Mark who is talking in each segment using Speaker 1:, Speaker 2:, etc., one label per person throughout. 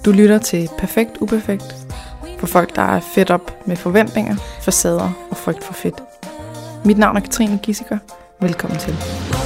Speaker 1: Du lytter til Perfekt Uperfekt for folk, der er fedt op med forventninger, facader og frygt for fedt. Mit navn er Katrine Gissiker. Velkommen til.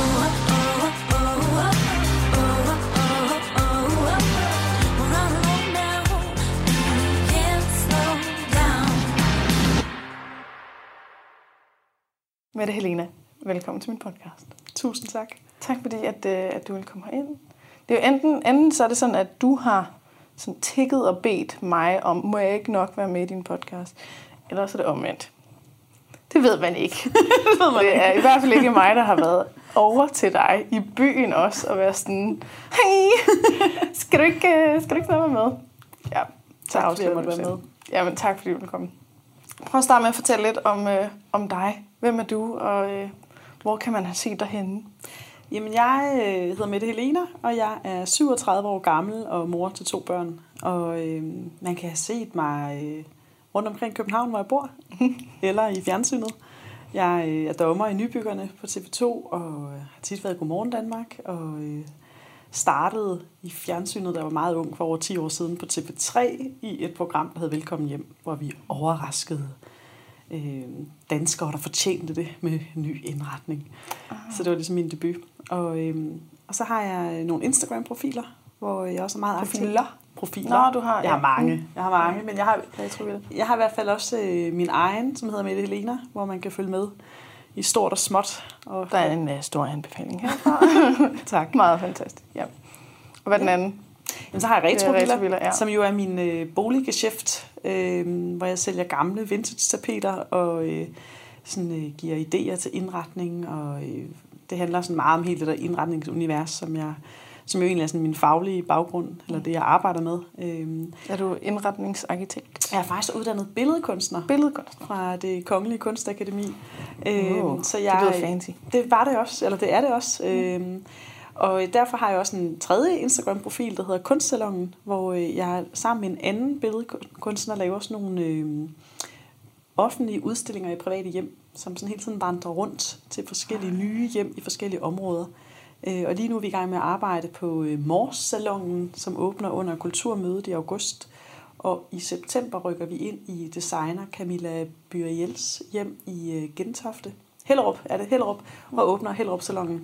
Speaker 1: Mette Helena, velkommen til min podcast.
Speaker 2: Tusind tak.
Speaker 1: Tak fordi, at du vil komme herind. Det er jo enten så er det sådan, at du har sådan tikket og bedt mig om, må jeg ikke nok være med i din podcast? Eller så er det omvendt. Det ved man ikke. Det er i hvert fald ikke mig, der har været over til dig i byen også, og være sådan, hey, skal du ikke snart være med? Ja, så
Speaker 2: tak fordi jeg måtte være med.
Speaker 1: Jamen tak fordi du vil komme. Prøv at starte med at fortælle lidt om dig. Hvem er du, og hvor kan man have set dig henne?
Speaker 2: Jamen, jeg hedder Mette Helena, og jeg er 37 år gammel og mor til 2 børn. Og man kan have set mig rundt omkring København, hvor jeg bor, eller i fjernsynet. Jeg er dommer i Nybyggerne på TV2, og har tit været i Godmorgen Danmark, og startede i fjernsynet, da jeg var meget ung, for over 10 år siden, på TV3, i et program, der hed Velkommen Hjem, hvor vi overraskede danskere, der fortjente det med ny indretning. Så det var ligesom min debut. Og så har jeg nogle Instagram-profiler, hvor jeg også er meget aktiv. Profiler?
Speaker 1: Nå, du har.
Speaker 2: Jeg har mange, men jeg har i hvert fald også min egen, som hedder Mette Helena, hvor man kan følge med i stort og småt. Og
Speaker 1: der er en stor anbefaling herfra.
Speaker 2: Tak.
Speaker 1: Meget fantastisk. Ja. Og hvad er den anden?
Speaker 2: Jamen, så har jeg Retrovilla, ja. Som jo er min boliggeschæft, hvor jeg sælger gamle vintage-tapeter og giver idéer til indretning. Og det handler sådan meget om hele det der indretningsunivers, som jo egentlig er sådan min faglige baggrund, eller det jeg arbejder med.
Speaker 1: Er du indretningsarkitekt?
Speaker 2: Jeg er faktisk uddannet billedkunstner. Fra Det Kongelige Kunstakademi.
Speaker 1: Så det lyder fancy.
Speaker 2: Det var det også, eller det er det også. Og derfor har jeg også en tredje Instagram-profil, der hedder Kunstsalongen, hvor jeg sammen med en anden billedkunstner laver sådan nogle offentlige udstillinger i private hjem, som sådan hele tiden vandrer rundt til forskellige nye hjem i forskellige områder. Og lige nu er vi i gang med at arbejde på Mors-salongen, som åbner under Kulturmødet i august. Og i september rykker vi ind i designer Camilla Byriels hjem i Gentofte. Hellerup, og åbner Hellerup-salongen.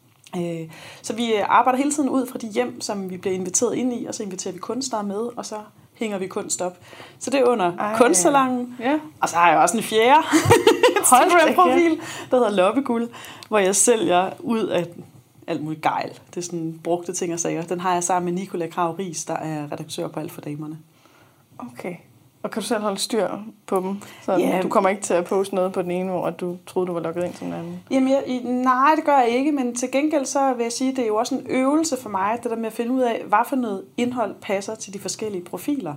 Speaker 2: Så vi arbejder hele tiden ud fra de hjem, som vi bliver inviteret ind i, og så inviterer vi kunstnere med, og så hænger vi kunst op. Så det er under Kunstsalongen. Ja. Og så har jeg også en fjerde Instagram-profil, der hedder Loppeguld, hvor jeg sælger ud af alt muligt gejl. Det er sådan brugte ting og sager. Den har jeg sammen med Nicolai Krav Riis, der er redaktør på Alt for Damerne.
Speaker 1: Okay. Og kan du selv holde styr på dem? Så du kommer ikke til at poste noget på den ene, hvor du troede, du var logget ind som den anden?
Speaker 2: Jamen, nej, det gør jeg ikke. Men til gengæld så vil jeg sige, at det er jo også en øvelse for mig, det der med at finde ud af, hvad for noget indhold passer til de forskellige profiler.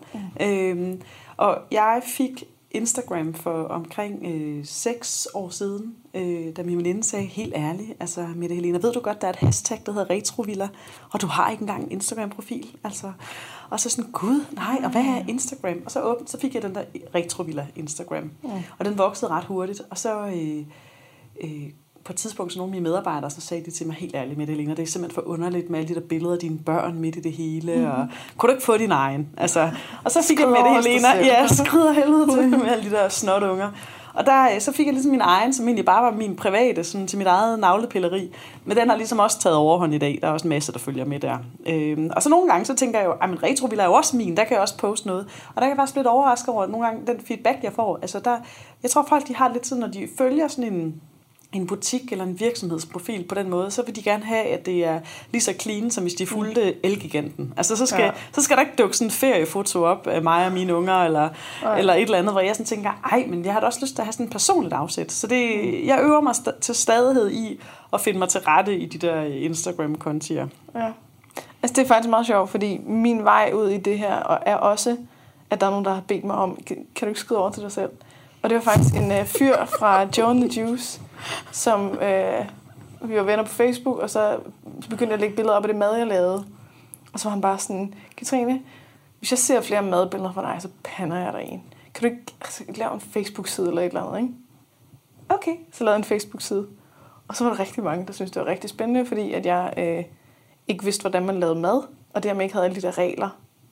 Speaker 2: Og jeg fik Instagram for omkring 6 år siden, da min veninde sagde, helt ærligt, altså Mette Helena, ved du godt, der er et hashtag, der hedder Retrovilla, og du har ikke engang en Instagram-profil, altså. Og så sådan, gud, nej, og hvad er Instagram? Og så fik jeg den der Retrovilla Instagram, og den voksede ret hurtigt, og så på et tidspunkt, så nogle af mine medarbejdere, så sagde de til mig, helt ærligt, Mette Helena, det er simpelthen for underligt med alle de der billeder af dine børn midt i det hele, og kunne du ikke få din egen? Altså, og så fik jeg Mette Helena, skrider helvede til med alle de der snotunger. Og så fik jeg ligesom min egen, som egentlig bare var min private, sådan til mit eget navlepilleri. Men den har ligesom også taget overhånd i dag. Der er også en masse, der følger med der. Og så nogle gange, så tænker jeg jo, at Retrovilla er jo også min, der kan jeg også poste noget. Og der kan jeg faktisk blive lidt overrasket over, nogle gange den feedback, jeg får. Altså jeg tror folk, de har lidt sådan, når de følger sådan en butik eller en virksomhedsprofil på den måde, så vil de gerne have, at det er lige så clean, som hvis de fulgte Elgiganten. Altså, så skal der ikke dukke sådan en feriefoto op af mig og mine unger, eller et eller andet, hvor jeg sådan tænker, men jeg har da også lyst til at have sådan en personligt afsæt. Så jeg øver mig til stadighed i at finde mig til rette i de der Instagram-kontier. Ja.
Speaker 1: Altså, det er faktisk meget sjovt, fordi min vej ud i det her er også, at der er nogen, der har bedt mig om, kan du ikke skrive over til dig selv? Og det var faktisk en fyr fra Joe and the Juice, som vi var venner på Facebook, og så begyndte jeg at lægge billeder op af det mad, jeg lavede. Og så var han bare sådan, Katrine, hvis jeg ser flere madbilleder fra dig, så pander jeg dig en. Kan du ikke lave en Facebook-side eller et eller andet, ikke? Okay, så lavede jeg en Facebook-side. Og så var der rigtig mange, der syntes, det var rigtig spændende, fordi at jeg ikke vidste, hvordan man lavede mad, og dermed ikke havde alle de der regler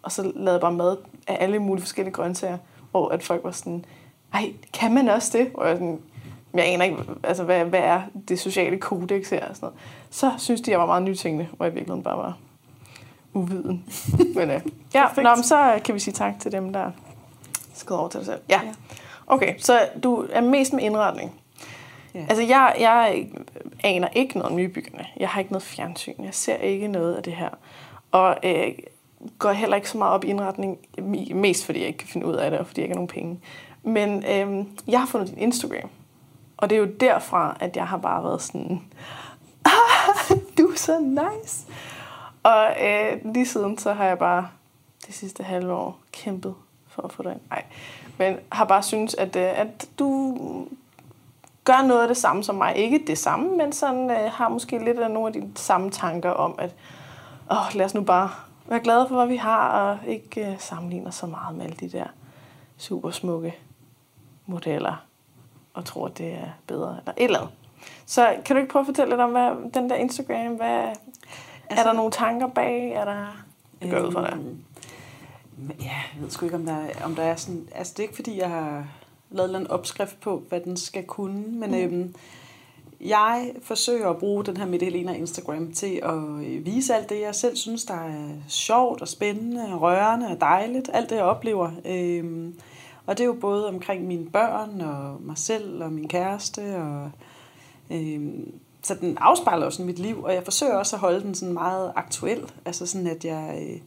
Speaker 1: og så lavede jeg bare mad af alle mulige forskellige grøntsager, hvor at folk var sådan, ej, kan man også det? Og jeg aner ikke, altså, hvad er det sociale kodex her? Og sådan noget. Så synes de, jeg var meget nytænkende, hvor jeg i virkeligheden bare var uviden. Men men så kan vi sige tak til dem, der skal over til dig selv. Ja. Okay, så du er mest med indretning. Yeah. Altså, jeg aner ikke noget om nybyggerne. Jeg har ikke noget fjernsyn. Jeg ser ikke noget af det her. Og går heller ikke så meget op i indretning, mest fordi jeg ikke kan finde ud af det, og fordi jeg ikke har nogen penge. Men jeg har fundet din Instagram. Og det er jo derfra, at jeg har bare været sådan, du er så nice. Og lige siden, så har jeg bare det sidste halve år kæmpet for at få dig ind. Nej, men har bare syntes, at du gør noget af det samme som mig. Ikke det samme, men sådan har måske lidt af nogle af de samme tanker om, at lad os nu bare være glade for, hvad vi har, og ikke sammenligne os så meget med alle de der super smukke modeller, og tror, at det er bedre, eller et eller andet. Så kan du ikke prøve at fortælle lidt om, hvad den der Instagram, er der nogle tanker bag? Er der... Det går ud fra det.
Speaker 2: Ja, jeg ved sgu ikke, om der er sådan... Altså, det er ikke, fordi jeg har lavet en opskrift på, hvad den skal kunne, men jeg forsøger at bruge den her Mette Helena Instagram til at vise alt det, jeg selv synes, der er sjovt og spændende og rørende og dejligt. Alt det, jeg oplever. Og det er jo både omkring mine børn og mig selv og min kæreste. Og, så den afspejler jo sådan mit liv, og jeg forsøger også at holde den sådan meget aktuel. Altså sådan, at jeg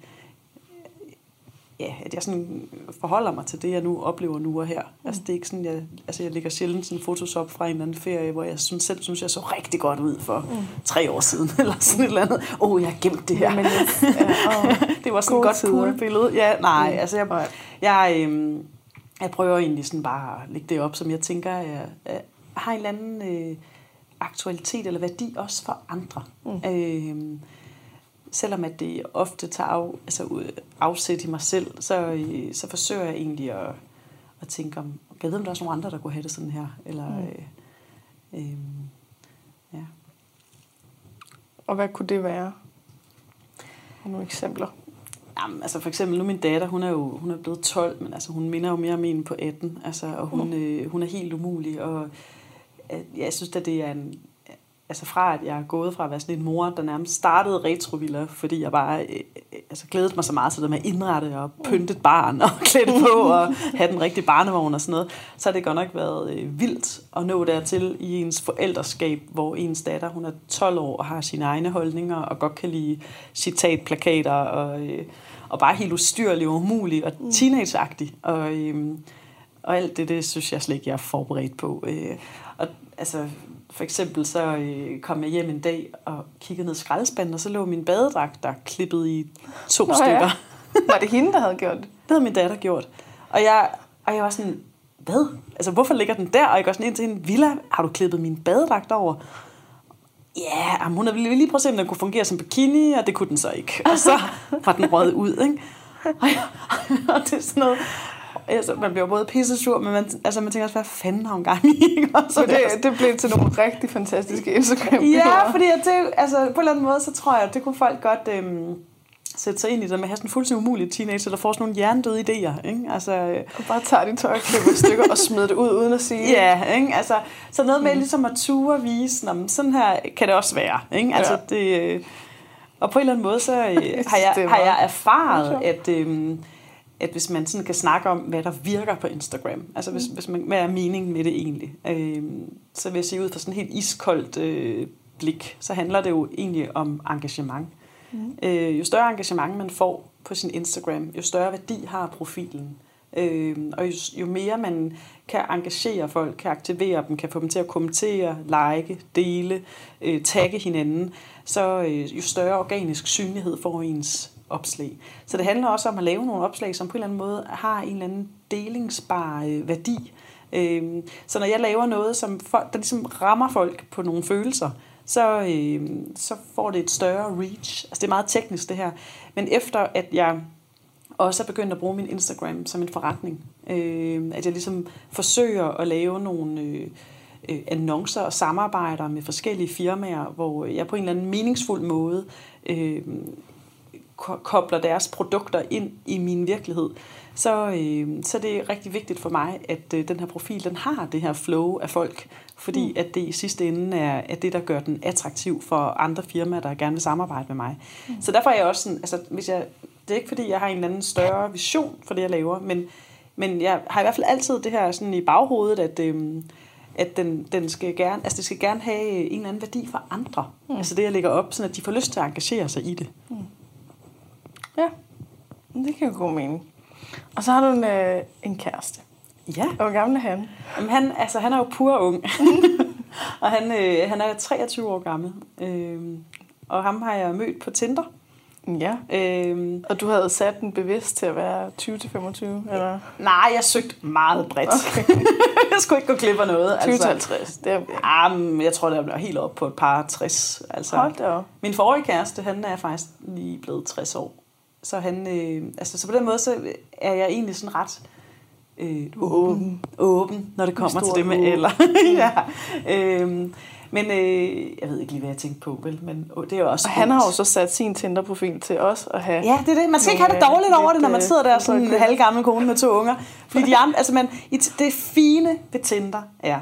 Speaker 2: sådan forholder mig til det, jeg nu oplever nu og her. Altså det er ikke sådan, jeg lægger sjældent sådan fotos op fra en eller anden ferie, hvor jeg selv synes, jeg så rigtig godt ud for 3 år siden, eller sådan et eller andet. Jeg har gemt det her. Men det var sådan et godt cool billede. Ja, nej, altså jeg prøver egentlig sådan bare at lægge det op, som jeg tænker, jeg har en eller anden aktualitet eller værdi også for andre. Selvom at det ofte tager afsæt i mig selv, så forsøger jeg egentlig at tænke om, jeg ved, om der er også nogle andre, der kunne have det sådan her. Eller, ja.
Speaker 1: Og hvad kunne det være? Nogle eksempler?
Speaker 2: Jamen, altså for eksempel nu min datter, hun er blevet 12, men altså hun minder jo mere om en på 18, altså, og hun er helt umulig, og jeg synes, at det er fra at jeg er gået fra at være sådan en mor, der nærmest startede retroviller, fordi jeg bare glædede mig så meget til det med at indrette og pynte et barn og klæde på og have den rigtige barnevogn og sådan noget, så har det godt nok været vildt at nå dertil i ens forældreskab, hvor ens datter, hun er 12 år og har sine egne holdninger og godt kan lide citatplakater og bare helt ustyrlig og umulig og teenageagtig og alt det synes jeg slet ikke, jeg er forberedt på. Og altså for eksempel så kom jeg hjem en dag og kiggede ned i skraldespanden, og så lå min badedragt der klippet i 2 stykker. Ja.
Speaker 1: Var det hende, der havde gjort det?
Speaker 2: Det havde min datter gjort. Og jeg var sådan, hvad? Altså, hvorfor ligger den der? Og jeg går sådan ind til hende, Villa, har du klippet min badedragt over? Ja, hun havde lige prøvet at se, om den kunne fungere som bikini, og det kunne den så ikke. Og så var den røget ud, ikke? Og det er sådan noget... Altså, man bliver både pissesur, men man tænker også, hvad fanden har hun gang i?
Speaker 1: Det blev til nogle rigtig fantastiske Instagram.
Speaker 2: Ja, fordi på en eller anden måde, så tror jeg, at det kunne folk godt sætte sig ind i det med at have sådan en fuldstændig umulig teenager, der får sådan nogle hjernedøde idéer. Ikke? Altså,
Speaker 1: og bare tager de tøj og klipper stykker og smider det ud, uden at sige det.
Speaker 2: Ja, ikke? Altså, så noget med ligesom at ture vise, sådan her kan det også være. Ikke? Altså, det, og på en eller anden måde, så har jeg erfaret, at hvis man sådan kan snakke om, hvad der virker på Instagram, altså hvis man, hvad er meningen med det egentlig, så vil jeg sige ud fra sådan en helt iskoldt blik, så handler det jo egentlig om engagement. Jo større engagement man får på sin Instagram, jo større værdi har profilen. Og jo mere man kan engagere folk, kan aktivere dem, kan få dem til at kommentere, like, dele, tagge hinanden, så jo større organisk synlighed får ens opslag. Så det handler også om at lave nogle opslag, som på en eller anden måde har en eller anden delingsbar værdi. Så når jeg laver noget, der ligesom rammer folk på nogle følelser, så får det et større reach. Altså det er meget teknisk det her. Men efter at jeg også er begyndt at bruge min Instagram som en forretning, at jeg ligesom forsøger at lave nogle annoncer og samarbejder med forskellige firmaer, hvor jeg på en eller anden meningsfuld måde kobler deres produkter ind i min virkelighed, så det er rigtig vigtigt for mig, at den her profil, den har det her flow af folk, fordi at det i sidste ende er det, der gør den attraktiv for andre firmaer, der gerne vil samarbejde med mig. Så derfor er jeg også sådan, altså det er ikke fordi, jeg har en eller anden større vision for det, jeg laver, men jeg har i hvert fald altid det her sådan i baghovedet, at det skal gerne have en eller anden værdi for andre. Altså det, jeg lægger op, sådan at de får lyst til at engagere sig i det.
Speaker 1: Ja, det kan jo god mening. Og så har du en kæreste.
Speaker 2: Ja.
Speaker 1: Og hvor gammel er han?
Speaker 2: Jamen, han er jo pur ung. Og han er 23 år gammel. Og ham har jeg mødt på Tinder.
Speaker 1: Ja. Og du havde sat den bevidst til at være 20-25, eller?
Speaker 2: Nej, jeg søgte meget bredt. Okay. Jeg skulle ikke gå glip af noget.
Speaker 1: 20-50, det er...
Speaker 2: jeg tror, det bliver helt op på et par 60. Altså,
Speaker 1: hold da op.
Speaker 2: Min forrige kæreste, han er faktisk lige blevet 60 år. Så så på den måde, så er jeg egentlig sådan ret åben, når det kommer til det med alder. Ja. Men jeg ved ikke lige, hvad jeg tænkte på, vel? Men det er jo også.
Speaker 1: Og han har jo så sat sin Tinder-profil til os at have.
Speaker 2: Ja, det er det. Man skal ikke have det dårligt over det, når man sidder der sådan en halvgammel kone med 2 unger. Fordi de andre, altså det fine ved Tinder er,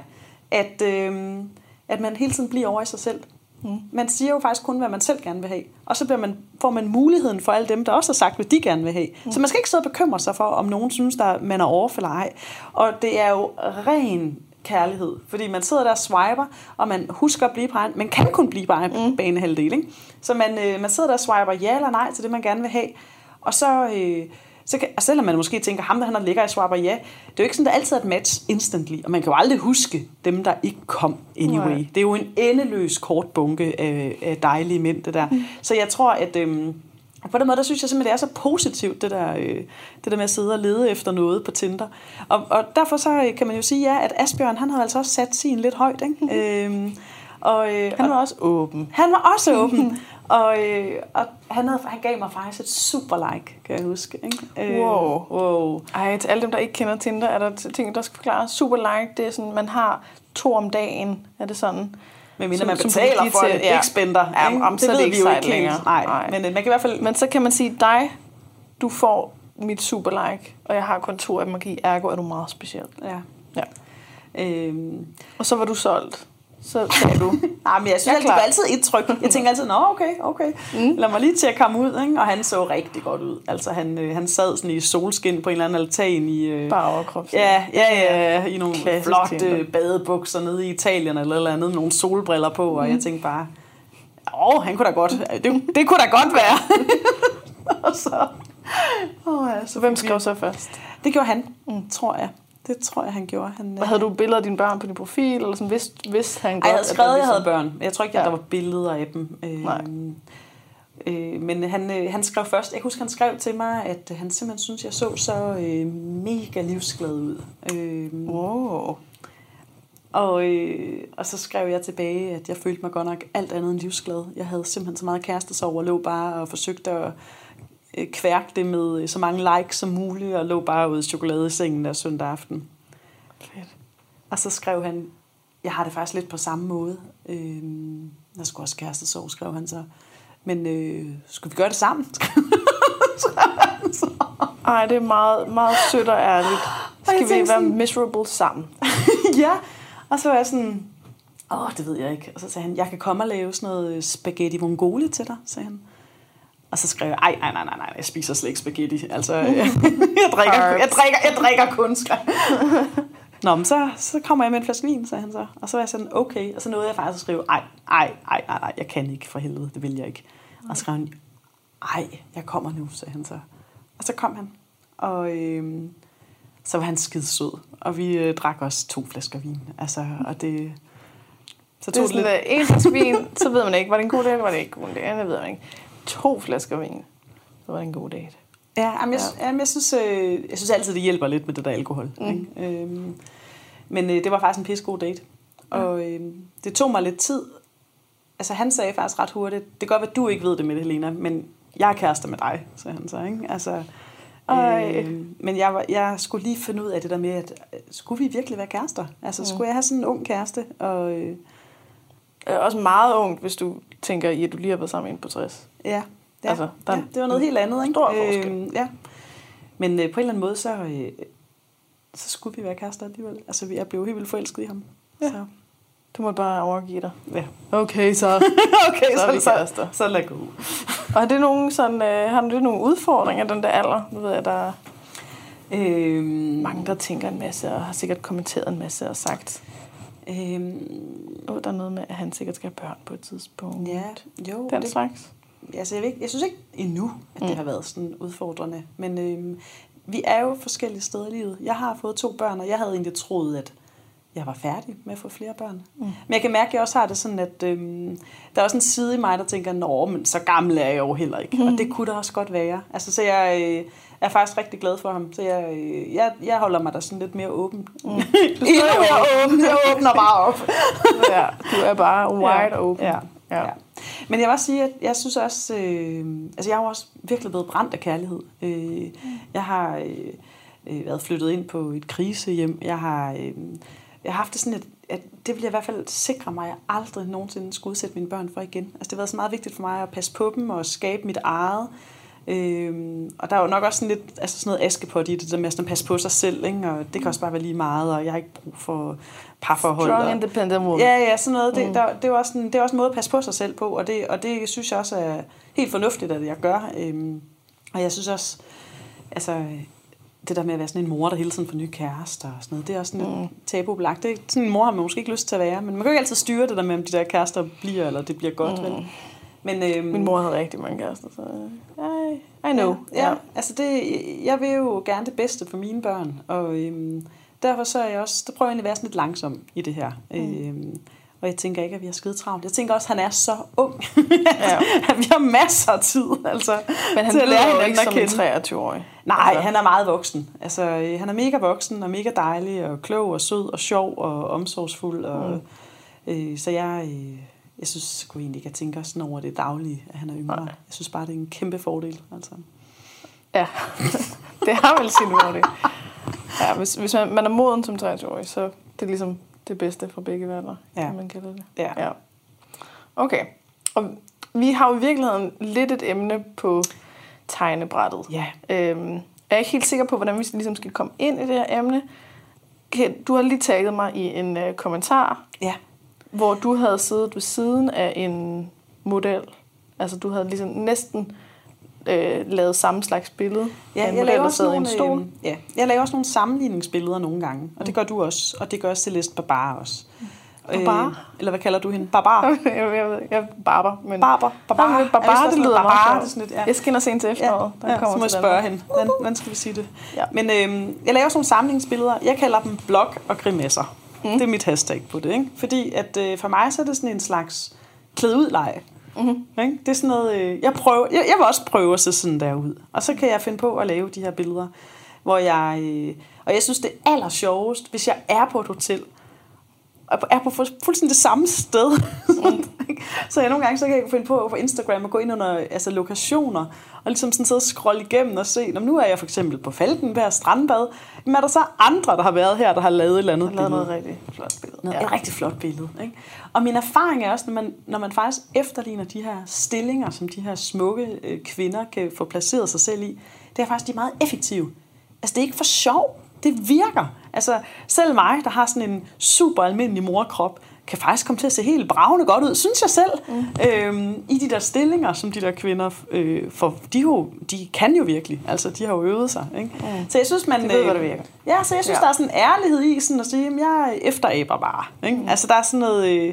Speaker 2: at man hele tiden bliver over i sig selv. Man siger jo faktisk kun, hvad man selv gerne vil have. Og så får man muligheden for alle dem, der også har sagt, hvad de gerne vil have. Så man skal ikke sidde og bekymre sig for, om nogen synes, man er off eller ej. Og det er jo ren kærlighed. Fordi man sidder der og swiper, og man husker at blive på man kan kun blive på banehalvdel, ikke? Så man sidder der og swiper ja eller nej til det, man gerne vil have. Og og selvom man måske tænker, ham der han er lækker, jeg swiper ja, det er jo ikke sådan, der altid er et match instantly, og man kan jo aldrig huske dem, der ikke kom anyway. Nej. Det er jo en endeløs kort bunke af dejlige mænd, det der. Så jeg tror, at på den måde, der synes jeg simpelthen, det er så positivt, det der med at sidde og lede efter noget på Tinder. Og derfor så kan man jo sige, ja, at Asbjørn, han havde altså også sat sin lidt højt, ikke?
Speaker 1: Han var også åben.
Speaker 2: Han var også åben. Og han gav mig faktisk et super like, kan jeg huske. Ikke?
Speaker 1: Wow. Ej, til alle dem, der ikke kender Tinder, er der ting, der skal forklare. Super like, det er sådan, man har 2 om dagen, er det sådan?
Speaker 2: Men mindre man betaler for det, ikke spænder.
Speaker 1: Ja, det ved vi jo ikke længere.
Speaker 2: Nej. Men man kan i hvert fald.
Speaker 1: Men så kan man sige, du får mit super like, og jeg har kun 2 af dem at give, ergo er du meget speciel.
Speaker 2: Ja.
Speaker 1: Og så var du solgt. Så sagde du.
Speaker 2: Nej, men jeg synes det var altid et tryk. Jeg tænker altid, okay. Lad mig lige til at komme ud, ikke? Og han så rigtig godt ud. Altså han sad sådan i solskin på en eller anden altan i
Speaker 1: bare overkrop.
Speaker 2: Ja, i nogle flotte badebukser nede i Italien eller andet, nogle solbriller på, og jeg tænkte bare, han kunne da godt. Det kunne da godt være. Og
Speaker 1: så hvem skrev så først?
Speaker 2: Det gjorde han, tror jeg. Det tror jeg, han gjorde.
Speaker 1: Havde du billeder af dine børn på din profil? Eller sådan, vidste han godt?
Speaker 2: Jeg havde skrevet, at jeg havde børn. Jeg tror ikke, at der var billeder af dem. Men han skrev først. Jeg husker, han skrev til mig, at han simpelthen synes, jeg så mega livsglad ud. Og så skrev jeg tilbage, at jeg følte mig godt nok alt andet end livsglad. Jeg havde simpelthen så meget kærestesorg og lå bare og forsøgte at kværke det med så mange likes som muligt, og lå bare ude i chokolade i sengen der søndag aften.
Speaker 1: Fedt.
Speaker 2: Og så skrev han, jeg har det faktisk lidt på samme måde. Jeg skulle også kærestesorg, skrev han så. Men skulle vi gøre det sammen?
Speaker 1: Ej, det er meget, meget sødt og ærligt. Skal vi være sådan, miserable sammen?
Speaker 2: Ja, og så var jeg sådan, det ved jeg ikke. Og så sagde han, jeg kan komme og lave sådan noget spaghetti vongole til dig, sagde han. Og så skrev jeg, nej, jeg spiser slet ikke spaghetti. Altså, jeg drikker kun, skrev. Nå, men så kommer jeg med en flaske vin, sagde han så. Og så var jeg sådan, okay. Og så nåede jeg faktisk at skrive, nej, jeg kan ikke, for helvede, det vil jeg ikke. Og så skrev han, jeg kommer nu, sagde han så. Og så kom han. Og så var han skide sød. Og vi drak også 2 flasker vin. Altså, og det...
Speaker 1: Så det er sådan, lidt... en flaske vin, så ved man ikke, var det en god date, eller var det ikke en god date? Det ved man ikke. 2 flasker vin, så var det en god date.
Speaker 2: Ja, jeg synes altid, det hjælper lidt med det der alkohol. Ikke? Men det var faktisk en pissegod date. Og det tog mig lidt tid. Altså han sagde faktisk ret hurtigt, det kan godt være, at du ikke ved det med det, Helena, men jeg er kærester med dig, sagde han så. Ikke? Altså, men jeg skulle lige finde ud af det der med, at skulle vi virkelig være kærester? Altså skulle jeg have sådan en ung kæreste? Og
Speaker 1: også meget ungt, hvis du tænker, at du lige har været sammen med en på 60.
Speaker 2: Ja. Ja,
Speaker 1: altså,
Speaker 2: det var noget helt andet, ikke?
Speaker 1: Stor forskel.
Speaker 2: Ja. Men på en eller anden måde, så skulle vi være kærester alligevel. Altså, jeg blev helt vildt forelsket i ham.
Speaker 1: Ja.
Speaker 2: Så.
Speaker 1: Du måtte bare overgive dig.
Speaker 2: Ja.
Speaker 1: Okay, så.
Speaker 2: Okay,
Speaker 1: så er vi kærester.
Speaker 2: Så lad gå.
Speaker 1: Og har det nogle sådan, har du nogle udfordringer, den der alder? Nu ved jeg, der er mange, der tænker en masse, og har sikkert kommenteret en masse og sagt. Der er noget med, at han sikkert skal have børn på et tidspunkt.
Speaker 2: Ja, jo.
Speaker 1: Den slags.
Speaker 2: Altså, jeg synes ikke endnu, at det har været sådan udfordrende. Men vi er jo forskellige steder i livet. Jeg har fået 2 børn, og jeg havde egentlig troet, at jeg var færdig med at få flere børn. Men jeg kan mærke, at jeg også har det sådan, at der er også en side i mig, der tænker, men så gammel er jeg jo heller ikke. Og det kunne da også godt være. Altså, så jeg er faktisk rigtig glad for ham. Så jeg holder mig da sådan lidt mere åben. Endnu mere åben. Jeg åbner bare op.
Speaker 1: Ja, du er bare wide open.
Speaker 2: Ja. Men jeg vil også sige, at jeg synes også, altså jeg har også virkelig blevet brændt af kærlighed. Jeg har været flyttet ind på et krisehjem. Jeg har haft det sådan, at det vil jeg i hvert fald sikre mig, at jeg aldrig nogensinde skulle udsætte mine børn for igen. Altså det har været så meget vigtigt for mig at passe på dem og skabe mit eget. Og der er jo nok også sådan lidt, altså sådan noget Askepot i det, der med at passe på sig selv, ikke? Og det kan også bare være lige meget, og jeg har ikke brug for parforhold.
Speaker 1: Strong independent woman.
Speaker 2: Ja, sådan noget. Det er også en måde at passe på sig selv på, og det synes jeg også er helt fornuftigt, at jeg gør. Og jeg synes også, altså det der med at være sådan en mor, der hele tiden får nye kærester og sådan noget, det er også sådan lidt tabubelagt. Det er sådan en mor har man måske ikke lyst til at være, men man kan jo ikke altid styre det der med, om de der kærester bliver, eller det bliver godt, vel? Men,
Speaker 1: min mor havde rigtig mange kærester, så I know.
Speaker 2: Ja, altså jeg vil jo gerne det bedste for mine børn, og derfor så er jeg også, der prøver jeg egentlig at være sådan lidt langsom i det her. Og jeg tænker ikke, at vi har skide travlt. Jeg tænker også, at han er så ung. At vi har masser af tid. Altså,
Speaker 1: men han lyder jo ikke som en 23-årig.
Speaker 2: Nej, altså. Han er meget voksen. Altså, han er mega voksen og mega dejlig og klog og sød og sjov og omsorgsfuld. Og, så jeg synes sgu egentlig ikke, at jeg tænker sådan over det daglige, at han er yngre. Jeg synes bare, det er en kæmpe fordel. Altså.
Speaker 1: Ja, det har vel sin fordel. Ja, hvis man er moden som 23-årig, så det er ligesom det bedste fra begge verdener, kan man kalde det. Ja. Okay, og vi har jo i virkeligheden lidt et emne på tegnebrættet.
Speaker 2: Ja.
Speaker 1: Jeg er ikke helt sikker på, hvordan vi ligesom skal komme ind i det her emne. Du har lige tagget mig i en kommentar, hvor du havde siddet ved siden af en model. Altså du havde ligesom næsten lavet samme slags billede.
Speaker 2: Ja, jeg laver også nogle, jeg laver også nogle sammenligningsbilleder nogle gange, og det gør du også, og det gør Celeste Barbar også.
Speaker 1: Barbar?
Speaker 2: Eller hvad kalder du hende? Barbar?
Speaker 1: jeg Barbar. Men
Speaker 2: Barbar,
Speaker 1: det lyder
Speaker 2: Barbar,
Speaker 1: meget sjovt. Jeg skal ind og se en til efteråret.
Speaker 2: Så må jeg spørge hende. Hvordan skal vi sige det? Ja. Men jeg laver sådan nogle sammenligningsbilleder. Jeg kalder dem blog og grimasser. Det er mit hashtag på det, ikke? Fordi at for mig så er det sådan en slags klæd ud lege. Det er sådan noget, jeg vil også prøve at se sådan der ud. Og så kan jeg finde på at lave de her billeder, hvor og jeg synes det er aller sjovest, hvis jeg er på et hotel, og er på fuldstændig det samme sted. Så jeg nogle gange så kan jeg finde på Instagram og gå ind under lokationer, og ligesom sådan sidde og scrolle igennem og se, nu er jeg for eksempel på Falkenberg Strandbad, men er der så andre, der har været her, der har lavet et eller andet billede?
Speaker 1: Noget rigtig flot billede.
Speaker 2: Et rigtig flot billede. Ikke? Og min erfaring er også, når man faktisk efterligner de her stillinger, som de her smukke kvinder kan få placeret sig selv i, det er faktisk de er meget effektive. Altså det er ikke for sjov. Det virker. Altså selv mig, der har sådan en super almindelig morkrop, kan faktisk komme til at se helt bravende godt ud, synes jeg selv, i de der stillinger, som de der kvinder for de kan jo virkelig, altså de har jo øvet sig, ikke? Så jeg synes, man
Speaker 1: det ved, hvad det virker.
Speaker 2: Ja, så jeg synes, der er sådan en ærlighed i sådan at sige, at jeg efteraber bare, ikke? Altså der er sådan noget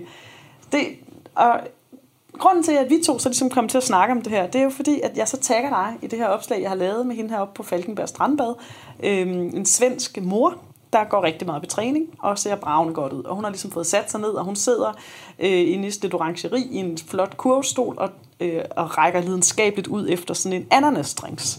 Speaker 2: og grunden til, at vi to så ligesom kommer til at snakke om det her, det er jo fordi, at jeg så tagger dig i det her opslag, jeg har lavet med hende heroppe på Falkenberg Strandbad. En svensk mor, der går rigtig meget på træning og ser bravende godt ud. Og hun har ligesom fået sat sig ned, og hun sidder inde i et orangeri i en flot kurvstol og rækker lidenskabeligt ud efter sådan en ananasdrinks.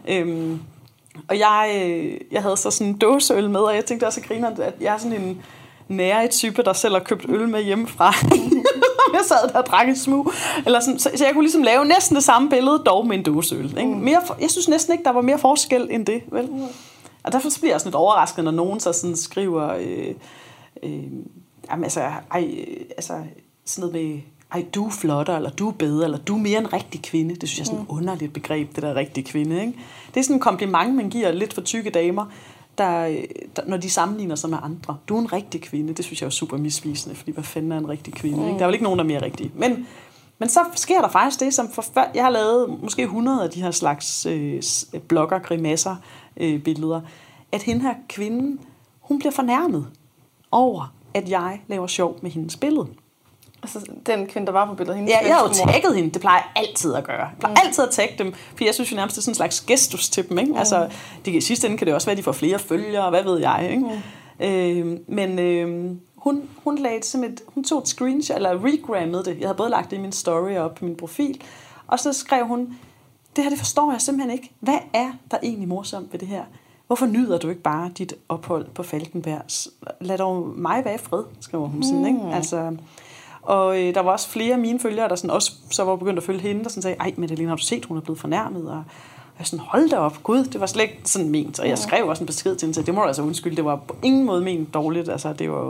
Speaker 2: Og jeg havde så sådan en dåseøl med, og jeg tænkte også at grine, at jeg er sådan en nære type, der selv har købt øl med hjemmefra. Jeg sad der og drak en smug. Eller sådan, så jeg kunne ligesom lave næsten det samme billede, dog med en dåseøl. Jeg synes næsten ikke, der var mere forskel end det. Vel? Og derfor bliver jeg sådan lidt overrasket, når nogen så sådan skriver, sådan noget med, ej, du er flottere, eller du er bedre, eller du er mere en rigtig kvinde. Det synes jeg er sådan et underligt begreb, det der rigtig kvinde. Ikke? Det er sådan en kompliment, man giver lidt for tykke damer, der, når de sammenligner sig med andre. Du er en rigtig kvinde. Det synes jeg er super misvisende, fordi hvad fanden er en rigtig kvinde? Ikke? Der er vel ikke nogen, der er mere rigtige. Men så sker der faktisk det, som jeg har lavet måske 100 af de her slags blogger, grimasser, billeder, at hende her kvinde, hun bliver fornærmet over, at jeg laver sjov med hendes billede.
Speaker 1: Altså den kvinde, der var på billedet?
Speaker 2: Ja, jeg har jo tagget hende. Det plejer jeg altid at gøre. Jeg plejer altid at tagge dem, for jeg synes jo nærmest, det er sådan en slags gestus til dem. Ikke? Altså, i sidste ende kan det også være, at de får flere følgere, hvad ved jeg. Ikke? Men hun lagde hun tog et screenshot, eller regrammede det. Jeg havde både lagt det i min story op på min profil, og så skrev hun, det her, det forstår jeg simpelthen ikke. Hvad er der egentlig morsomt ved det her? Hvorfor nyder du ikke bare dit ophold på Falkenberg? Lad dog mig være i fred, skriver hun sådan. Ikke? Altså, og der var også flere af mine følgere, der sådan også så var begyndt at følge hende, der sådan sagde, ej, Madeleine, har du set, hun er blevet fornærmet? Og jeg sådan, hold da op, gud, det var slet ikke sådan ment. Og jeg skrev også en besked til hende, så det må du altså undskylde. Det var på ingen måde ment dårligt. Altså,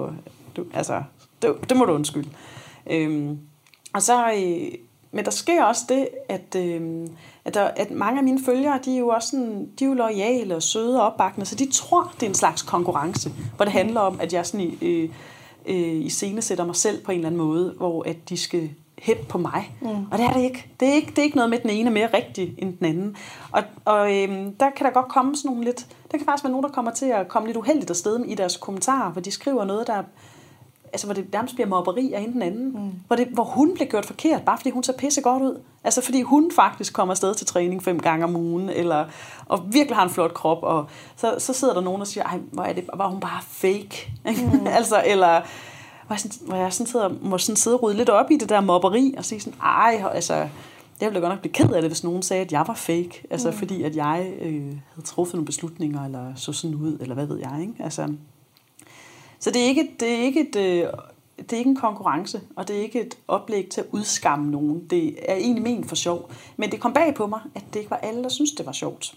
Speaker 2: det må du undskylde. Og så, men der sker også det, at mange af mine følgere, de er jo også sådan, de er jo loyale og søde og opbakkende, så de tror, det er en slags konkurrence, hvor det handler om, at jeg sådan iscenesætter mig selv på en eller anden måde, hvor at de skal hæppe på mig. Og det er det ikke. Det er ikke noget med, den ene er mere rigtig end den anden. Og der kan der godt komme sådan nogle lidt... Der kan faktisk være nogen, der kommer til at komme lidt uheldigt afsted i deres kommentarer, hvor de skriver noget, der... Altså, hvor det nærmest bliver mobberi af den anden. Hvor hun bliver gjort forkert, bare fordi hun ser pisse godt ud. Altså, fordi hun faktisk kommer afsted til træning 5 gange om ugen, og virkelig har en flot krop, og så sidder der nogen og siger, ej, hvor er hun bare fake. Altså, eller... Hvor jeg må sidde og rydde lidt op i det der mobberi, og sige sådan, ej, altså... Jeg ville da godt nok blive ked af det, hvis nogen sagde, at jeg var fake. Altså, fordi at jeg havde truffet nogle beslutninger, eller så sådan ud, eller hvad ved jeg, ikke? Altså... Så det er ikke en konkurrence, og det er ikke et oplæg til at udskamme nogen. Det er egentlig ment for sjov. Men det kom bag på mig, at det ikke var alle, der syntes, det var sjovt.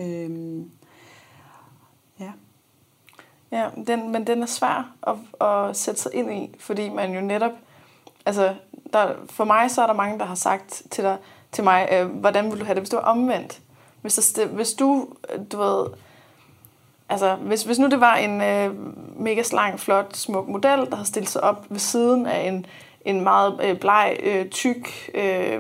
Speaker 2: Ja.
Speaker 1: Ja, men den er svær at sætte sig ind i, fordi man jo netop... Altså, for mig så er der mange, der har sagt til mig, hvordan ville du have det, hvis du var omvendt? Hvis du ved... Altså, hvis nu det var en mega slank, flot, smuk model, der har stillet sig op ved siden af en meget bleg, tyk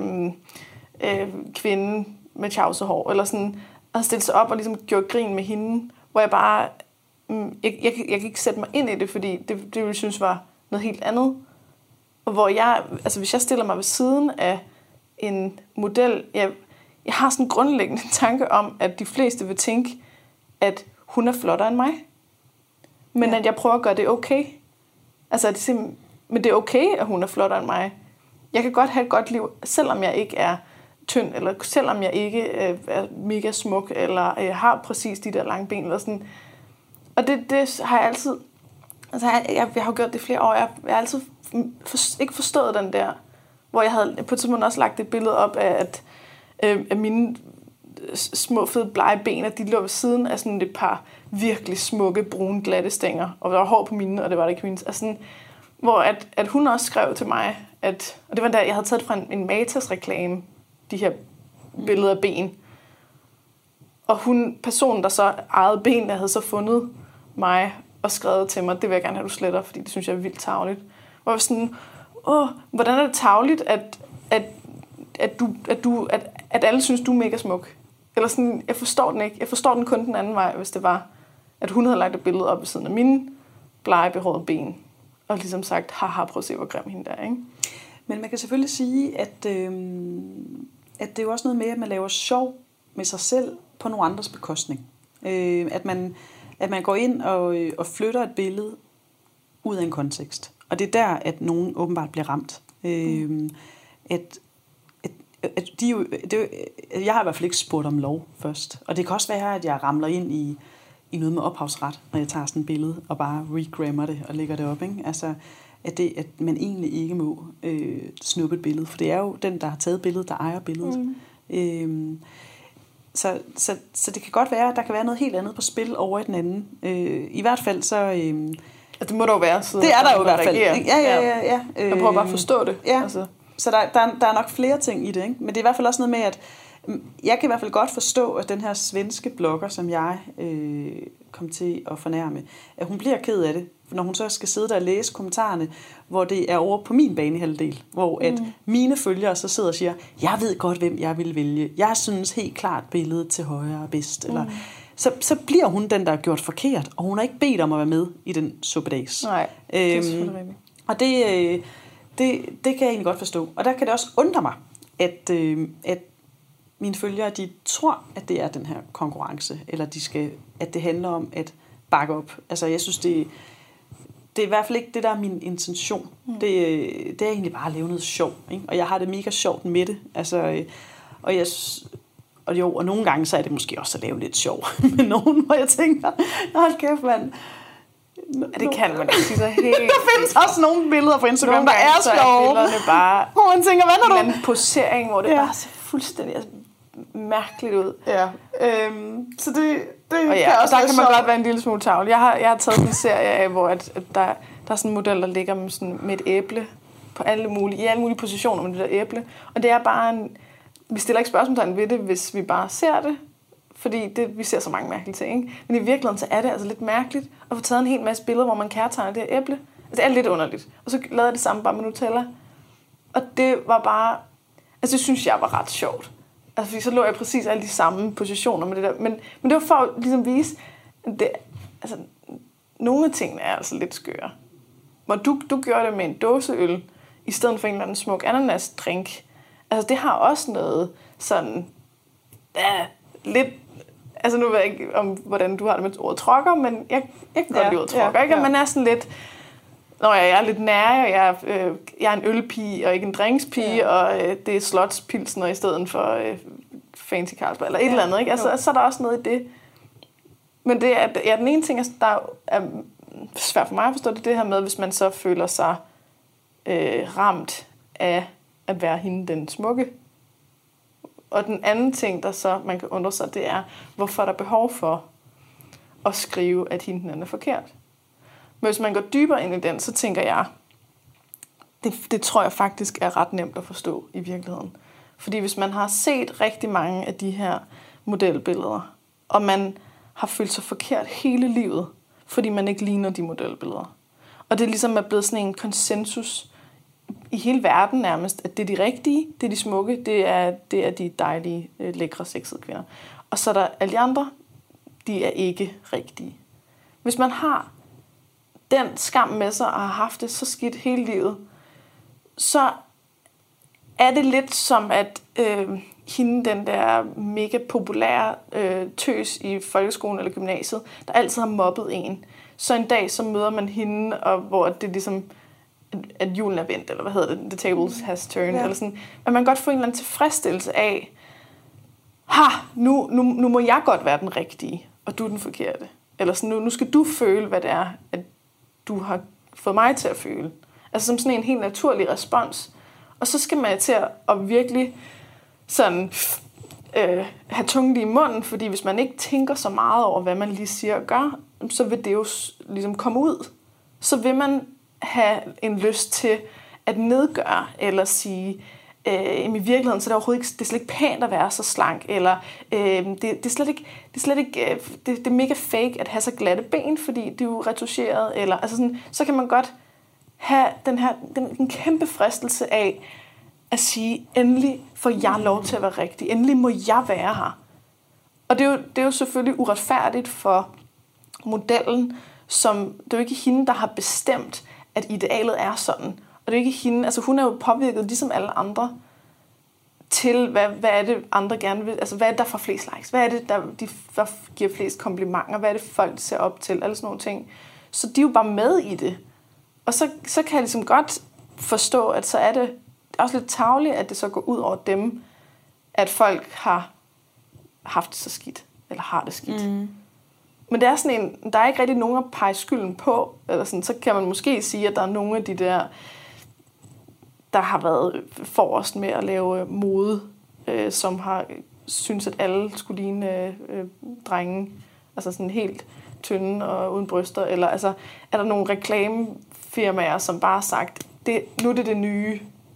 Speaker 1: kvinde med tjavset hår, eller sådan, og har stillet sig op og ligesom gjort grin med hende, hvor jeg bare... Jeg kan ikke sætte mig ind i det, fordi det ville jeg synes var noget helt andet. Og hvor hvis jeg stiller mig ved siden af en model, jeg har sådan en grundlæggende tanke om, at de fleste vil tænke, at hun er flottere end mig. Men at jeg prøver at gøre det okay. Altså, men det er okay, at hun er flottere end mig. Jeg kan godt have et godt liv, selvom jeg ikke er tynd, eller selvom jeg ikke er mega smuk, eller har præcis de der lange ben, eller sådan. Og det har jeg altid... Altså, jeg har jo gjort det i flere år. Jeg har altid ikke forstået den der, hvor jeg havde på et tidspunkt også lagt et billede op af, at mine små, fede, blege ben, at de lå ved siden af sådan et par virkelig smukke, brune, glatte stænger. Og der var hår på mine, og det var der ikke mine. Altså sådan, hvor at hun også skrev til mig, og det var der, jeg havde taget fra en Matas-reklame, de her billeder af ben. Og personen, der så ejede ben, der havde så fundet mig og skrevet til mig, det vil jeg gerne have, du sletter, fordi det synes jeg er vildt tarveligt. Hvor jeg var sådan, hvordan er det tarveligt, at alle synes, du er mega smuk? Eller sådan, jeg forstår den ikke. Jeg forstår den kun den anden vej, hvis det var, at hun havde lagt et billede op ved siden af mine blege, behårede ben, og ligesom sagt, haha, prøv at se, hvor grim hende der er, ikke?
Speaker 2: Men man kan selvfølgelig sige, at det er jo også noget med, at man laver sjov med sig selv på nogle andres bekostning. At man går ind og flytter et billede ud af en kontekst. Og det er der, at nogen åbenbart bliver ramt. Jeg har i hvert fald ikke spurgt om lov først. Og det kan også være, at jeg ramler ind i noget med ophavsret, når jeg tager sådan et billede og bare regrammer det og lægger det op. Ikke? Altså, at man egentlig ikke må snuppe et billede. For det er jo den, der har taget billedet, der ejer billedet. Så det kan godt være, at der kan være noget helt andet på spil over i den anden. I hvert fald så...
Speaker 1: det må der jo være.
Speaker 2: Det er der jo i hvert fald.
Speaker 1: Ja. Jeg prøver bare at forstå det.
Speaker 2: Ja.
Speaker 1: Altså.
Speaker 2: Så der er nok flere ting i det, ikke? Men det er i hvert fald også noget med, at jeg kan i hvert fald godt forstå, at den her svenske blogger, som jeg kom til at fornærme, at hun bliver ked af det, når hun så skal sidde der og læse kommentarerne, hvor det er over på min banehalvdel, hvor at mine følgere så sidder og siger, jeg ved godt, hvem jeg vil vælge. Jeg synes helt klart, billedet til højre er bedst. Eller, så bliver hun den, der er gjort forkert, og hun har ikke bedt om at være med i den suppedags.
Speaker 1: Nej, det er selvfølgelig rigtigt.
Speaker 2: Og det kan jeg egentlig godt forstå. Og der kan det også undre mig, at mine følgere, de tror, at det er den her konkurrence, eller at det handler om at bakke op. Altså, jeg synes, det er i hvert fald ikke det, der er min intention. Det er egentlig bare at lave noget sjov, ikke? Og jeg har det mega sjovt med det. Altså, og nogle gange så er det måske også at lave lidt sjov med nogen, hvor jeg tænker, hold kæft, mand.
Speaker 1: Det kan man ikke sige så helt.
Speaker 2: Der findes også nogle billeder på Instagram, der er sjove.
Speaker 1: Billederne bare
Speaker 2: hvor man tænker, hvad er
Speaker 1: en posering, hvor det bare ser fuldstændig mærkeligt ud.
Speaker 2: Ja. Så det
Speaker 1: og
Speaker 2: kan også
Speaker 1: der kan man godt være en lille smule tavle. Jeg har taget en serie af, hvor at der er sådan en model, der ligger med et æble på i alle mulige positioner med det der æble. Og det er bare vi stiller ikke spørgsmålstegn ved det, hvis vi bare ser det. Fordi vi ser så mange mærkelige ting, ikke? Men i virkeligheden så er det altså lidt mærkeligt at få taget en hel masse billeder, hvor man kærtegner det her æble. Altså, det er lidt underligt. Og så lavede jeg det samme bare med Nutella. Og det var bare... Altså, det synes jeg var ret sjovt. Altså, fordi så lå jeg præcis alle de samme positioner med det der. Men det var for at ligesom vise... Altså, nogle af tingene er altså lidt skøre. Hvor du gjorde det med en dåseøl, i stedet for en eller anden smuk ananasdrink. Altså, det har også noget sådan... lidt... Altså nu ved jeg ikke, hvordan du har det med ordet trokker, men jeg kan godt lide ordet trokker, ikke? Og man er sådan lidt... jeg er lidt nær, og jeg er en ølpige, og ikke en drinkspige, og det er slotspilsner i stedet for fancy Carlsberg, eller et eller andet, ikke? Altså, så er der også noget i det. Men det er den ene ting, der er svært for mig at forstå, det her med, hvis man så føler sig ramt af at være hende den smukke. Og den anden ting, der så man kan undre sig, det er, hvorfor der er behov for at skrive, at hende den er forkert. Men hvis man går dybere ind i den, så tænker jeg, det tror jeg faktisk er ret nemt at forstå i virkeligheden. Fordi hvis man har set rigtig mange af de her modelbilleder, og man har følt sig forkert hele livet, fordi man ikke ligner de modelbilleder. Og det ligesom er blevet sådan en konsensus i hele verden nærmest, at det er de rigtige, det er de smukke, det er de dejlige, lækre, sexede kvinder. Og så er der alle de andre, de er ikke rigtige. Hvis man har den skam med sig og har haft det så skidt hele livet, så er det lidt som at hende, den der mega populære tøs i folkeskolen eller gymnasiet, der altid har mobbet en. Så en dag så møder man hende, og hvor det er ligesom at julen er vendt, eller hvad hedder det, the tables has turned, eller sådan, at man godt får en eller anden tilfredsstillelse af, nu må jeg godt være den rigtige, og du er den forkerte. Eller sådan, nu skal du føle, hvad det er, at du har fået mig til at føle. Altså som sådan en helt naturlig respons. Og så skal man til at virkelig sådan, have tungen i munden, fordi hvis man ikke tænker så meget over, hvad man lige siger og gør, så vil det jo ligesom komme ud. Så vil man have en lyst til at nedgøre, eller sige, i virkeligheden, så er det overhovedet ikke, det er slet ikke pænt at være så slank, eller det er mega fake at have så glatte ben, fordi det er jo retuscheret, eller altså sådan, så kan man godt have den kæmpe fristelse af at sige, endelig får jeg lov til at være rigtig, endelig må jeg være her. Og det er jo selvfølgelig uretfærdigt for modellen, som det er jo ikke hende, der har bestemt, at idealet er sådan. Og det er ikke hende, altså hun er jo påvirket, ligesom alle andre, til hvad er det, andre gerne vil, altså hvad er det, der får flest likes, hvad er det, der giver flest komplimenter, hvad er det, folk ser op til, alle sådan nogle ting. Så de er jo bare med i det. Og så kan jeg ligesom godt forstå, at så er det også lidt tarveligt, at det så går ud over dem, at folk har haft det så skidt, eller har det skidt. Mm. Men det er sådan en, der er ikke rigtig nogen at pege skylden på, eller sådan, så kan man måske sige, at der er nogle af de der har været forrest med at lave mode, som har synes at alle skulle ligne drenge, altså sådan helt tynde og uden bryster, eller altså er der nogle reklamefirmaer, som bare har sagt, nu er det nye,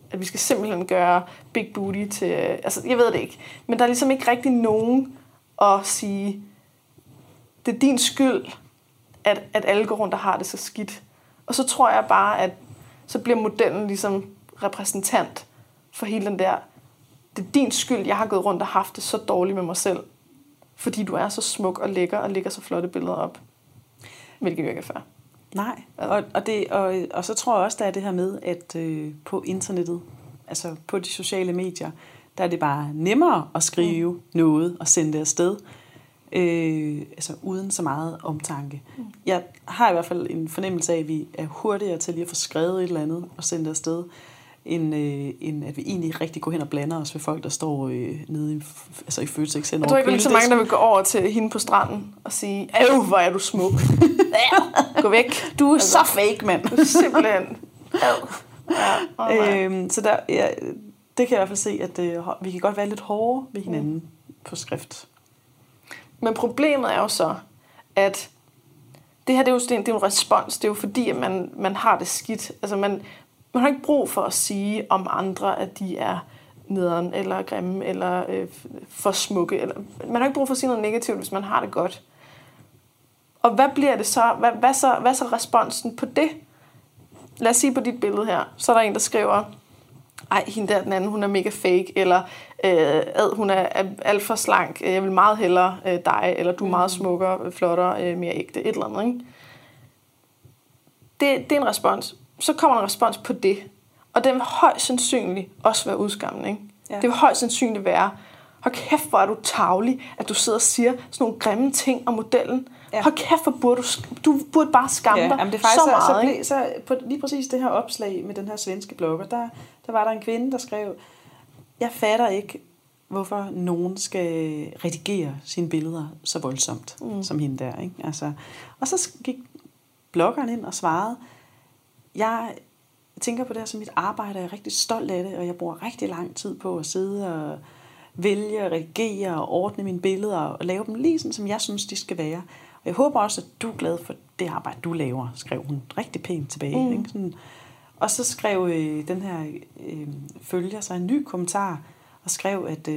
Speaker 1: at vi skal simpelthen gøre Big Booty til... Altså, jeg ved det ikke. Men der er ligesom ikke rigtig nogen at sige, det er din skyld, at alle går rundt og har det så skidt. Og så tror jeg bare, at så bliver modellen ligesom repræsentant for hele den der, det er din skyld, jeg har gået rundt og haft det så dårligt med mig selv, fordi du er så smuk og lækker og lægger så flotte billeder op. Hvilket jo ikke er fair.
Speaker 2: Nej, og så tror jeg også, der er det her med, at på internettet, altså på de sociale medier, der er det bare nemmere at skrive noget og sende det afsted, altså uden så meget omtanke. Jeg har i hvert fald en fornemmelse af, at vi er hurtigere til lige at få skrevet et eller andet og sende det afsted, end at vi egentlig rigtig går hen og blander os ved folk, der står nede i Føtex.
Speaker 1: Jeg tror ikke, der er så mange, der vil gå over til hende på stranden og sige, hvor er du smuk. Gå væk.
Speaker 2: Du er så fake, mand.
Speaker 1: Du er simpelthen.
Speaker 2: Så der, det kan jeg i hvert fald se, at vi kan godt være lidt hårde ved hinanden på skrift.
Speaker 1: Men problemet er jo så, at det her det er jo en respons. Det er jo fordi, at man har det skidt. Altså man har ikke brug for at sige om andre, at de er nederen, eller grimme, eller for smukke. Eller, man har ikke brug for at sige noget negativt, hvis man har det godt. Og hvad bliver det så? Hvad er så responsen på det? Lad os sige på dit billede her, så er der en, der skriver, ej, hende der den anden, hun er mega fake, eller hun er alt for slank, jeg vil meget hellere dig, eller du er meget smukkere, flottere, mere ægte, et eller andet. Ikke? Det er en respons. Så kommer en respons på det, og den vil højst sandsynligt også være udskammende. Ikke? Ja. Det vil højst sandsynligt være, hold kæft, hvor er du tarvelig, at du sidder og siger sådan nogle grimme ting om modellen. Ja. Hold kæft, hvor du burde bare skamme dig
Speaker 2: jamen det er faktisk
Speaker 1: så meget.
Speaker 2: Så på lige præcis det her opslag med den her svenske blogger, der var der en kvinde, der skrev, jeg fatter ikke, hvorfor nogen skal redigere sine billeder så voldsomt, som hende der. Ikke? Altså, og så gik bloggeren ind og svarede, jeg tænker på det her som mit arbejde, jeg er rigtig stolt af det, og jeg bruger rigtig lang tid på at sidde og vælge, redigere og ordne mine billeder og lave dem lige sådan, som jeg synes, de skal være. Og jeg håber også, at du er glad for det arbejde, du laver, skrev hun rigtig pænt tilbage. Ikke? Sådan. Og så skrev den her følger sig en ny kommentar og skrev, at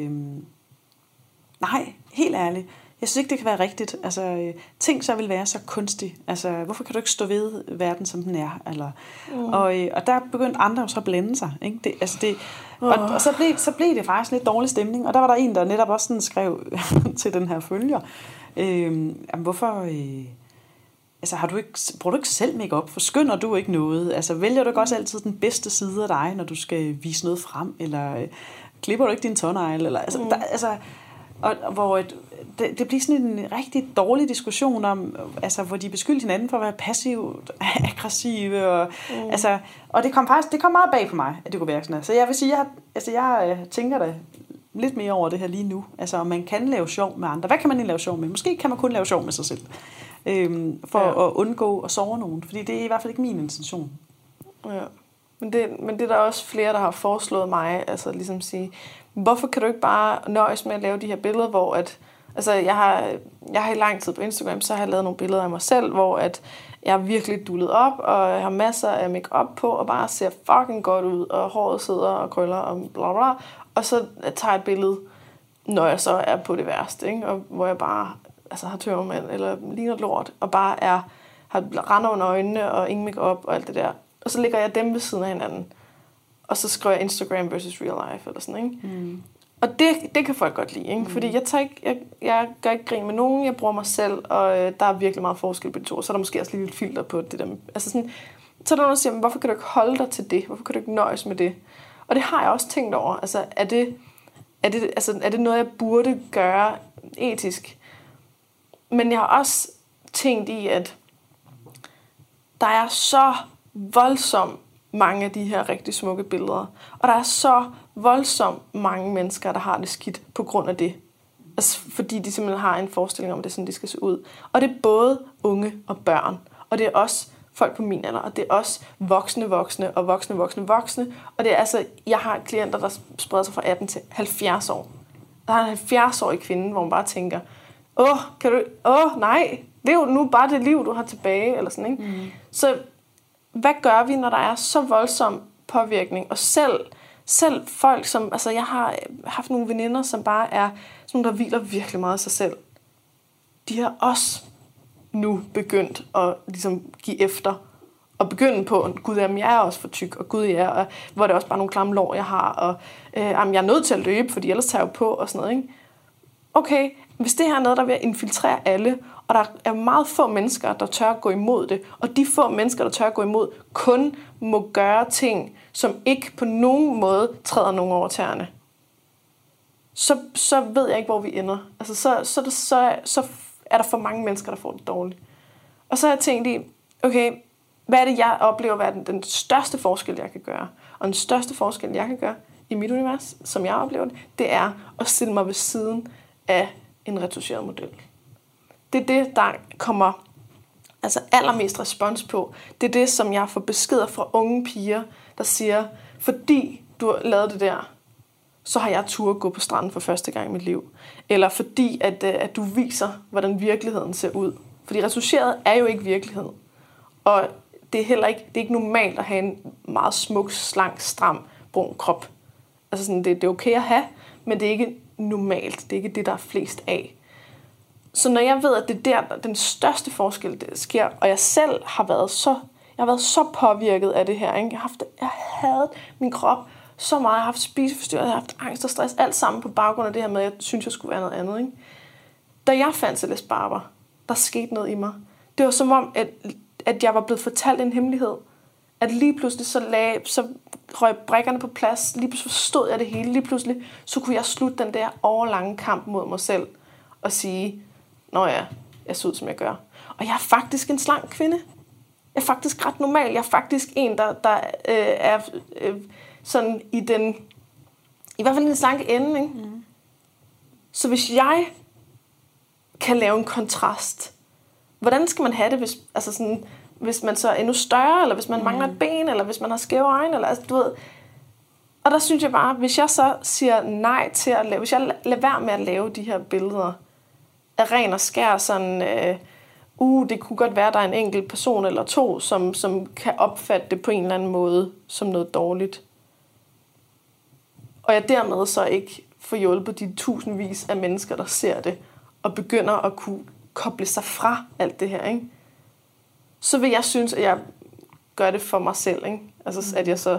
Speaker 2: nej, helt ærligt, jeg synes ikke, det kan være rigtigt. Altså, ting så vil være så kunstigt. Altså, hvorfor kan du ikke stå ved verden, som den er? Eller, og der begyndte andre jo så at blande sig. Ikke? Og så blev det faktisk lidt dårlig stemning. Og der var der en, der netop også sådan skrev til den her følger, hvorfor... Altså, bruger du ikke selv make-up? Forskynder du ikke noget? Altså, vælger du ikke også altid den bedste side af dig, når du skal vise noget frem? Eller klipper du ikke din tånegle? Eller, og hvor det bliver sådan en rigtig dårlig diskussion om, altså, hvor de beskyldte hinanden for at være passivt aggressive. Og det kom meget bag på mig, at det kunne være sådan her. Så jeg vil sige, jeg tænker da lidt mere over det her lige nu. Altså, om man kan lave sjov med andre. Hvad kan man egentlig lave sjov med? Måske kan man kun lave sjov med sig selv. For at undgå at såre nogen. Fordi det er i hvert fald ikke min intention.
Speaker 1: Ja. Men det er der også flere, der har foreslået mig, altså ligesom sige, hvorfor kan du ikke bare nøjes med at lave de her billeder, hvor at, altså jeg har i lang tid på Instagram, så har jeg lavet nogle billeder af mig selv, hvor at jeg er virkelig dullet op, og jeg har masser af make-up på, og bare ser fucking godt ud, og håret sidder og krøller, og bla bla, og så tager jeg et billede, når jeg så er på det værste, ikke? Og hvor jeg bare har tørmand, eller ligner lort, og bare har render under øjnene, og ingen make-up, og alt det der. Og så lægger jeg dem ved siden af hinanden. Og så skriver jeg Instagram versus real life, eller sådan, ikke? Og det kan folk godt lide, ikke? Fordi jeg gør ikke grin med nogen, jeg bruger mig selv, og der er virkelig meget forskel på de to. Så er der måske også lige lidt filter på det der. Altså sådan, så er der nogen, der siger, hvorfor kan du ikke holde dig til det? Hvorfor kan du ikke nøjes med det? Og det har jeg også tænkt over. Altså, er det noget, jeg burde gøre etisk? Men jeg har også tænkt i, at der er så voldsomt mange af de her rigtig smukke billeder. Og der er så voldsomt mange mennesker, der har det skidt på grund af det. Altså, fordi de simpelthen har en forestilling om, det sådan, de skal se ud. Og det er både unge og børn. Og det er også folk på min alder. Og det er også voksne og voksne. Og det er altså, jeg har klienter, der spreder sig fra 18 til 70 år. Der er en 70-årig kvinde, hvor man bare tænker, nej, lev nu bare det liv, du har tilbage, eller sådan, ikke? Så hvad gør vi, når der er så voldsom påvirkning, og selv selv folk, som, altså jeg har haft nogle veninder, som bare er sådan nogle, der hviler virkelig meget af sig selv. De har også nu begyndt at ligesom give efter, og begynde på, gud, jamen, jeg er også for tyk, og gud, ja, og hvor det også bare nogle klamme lår, jeg har, og jamen, jeg er nødt til at løbe, fordi ellers tager jeg jo på, og sådan noget, ikke? Okay, hvis det her er noget, der er ved at infiltrere alle, og der er meget få mennesker, der tør at gå imod det, og de få mennesker, der tør at gå imod, kun må gøre ting, som ikke på nogen måde træder nogen over tæerne, så ved jeg ikke, hvor vi ender. Altså, så er der for mange mennesker, der får det dårligt. Og så har jeg tænkt i, okay, hvad er det, jeg oplever, hvad er den største forskel, jeg kan gøre? Og den største forskel, jeg kan gøre i mit univers, som jeg oplever det er at stille mig ved siden af en retoucheret model. Det er det, der kommer altså allermest respons på. Det er det, som jeg får beskeder fra unge piger, der siger, fordi du har lavet det der, så har jeg tur at gå på stranden for første gang i mit liv. Eller fordi, at du viser, hvordan virkeligheden ser ud. Fordi retoucheret er jo ikke virkelighed. Og det er heller ikke, det er ikke normalt at have en meget smuk, slank, stram, brun krop. Altså sådan, det er okay at have, men det er ikke normalt. Det er ikke det, der er flest af. Så når jeg ved, at det er der, den største forskel det sker, og jeg selv har været så påvirket af det her. Ikke? Jeg havde min krop så meget. Jeg har haft spiseforstyrrelser, jeg har haft angst og stress, alt sammen på baggrund af det her med, at jeg synes, jeg skulle være noget andet. Ikke? Da jeg fandt Celeste Barber, der skete noget i mig. Det var som om, at jeg var blevet fortalt en hemmelighed. At lige pludselig så røg brikkerne på plads. Lige pludselig forstod jeg det hele. Lige pludselig så kunne jeg slutte den der overlange kamp mod mig selv. Og sige, nå ja, jeg ser ud, som jeg gør. Og jeg er faktisk en slank kvinde. Jeg er faktisk ret normal. Jeg er faktisk en, der er sådan i hvert fald i den slanke ende. Ikke? Mm. Så hvis jeg kan lave en kontrast, hvordan skal man have det, hvis man så er endnu større, eller hvis man mangler et ben, eller hvis man har skæve øjne, eller altså, du ved. Og der synes jeg bare, hvis jeg så siger nej til at lave, hvis jeg lader være med at lave de her billeder af ren og skær, sådan, det kunne godt være, at der er en enkelt person eller to, som kan opfatte det på en eller anden måde som noget dårligt. Og jeg dermed så ikke får hjulpet de tusindvis af mennesker, der ser det, og begynder at kunne koble sig fra alt det her, ikke? Så vil jeg synes, at jeg gør det for mig selv, ikke? Altså, at jeg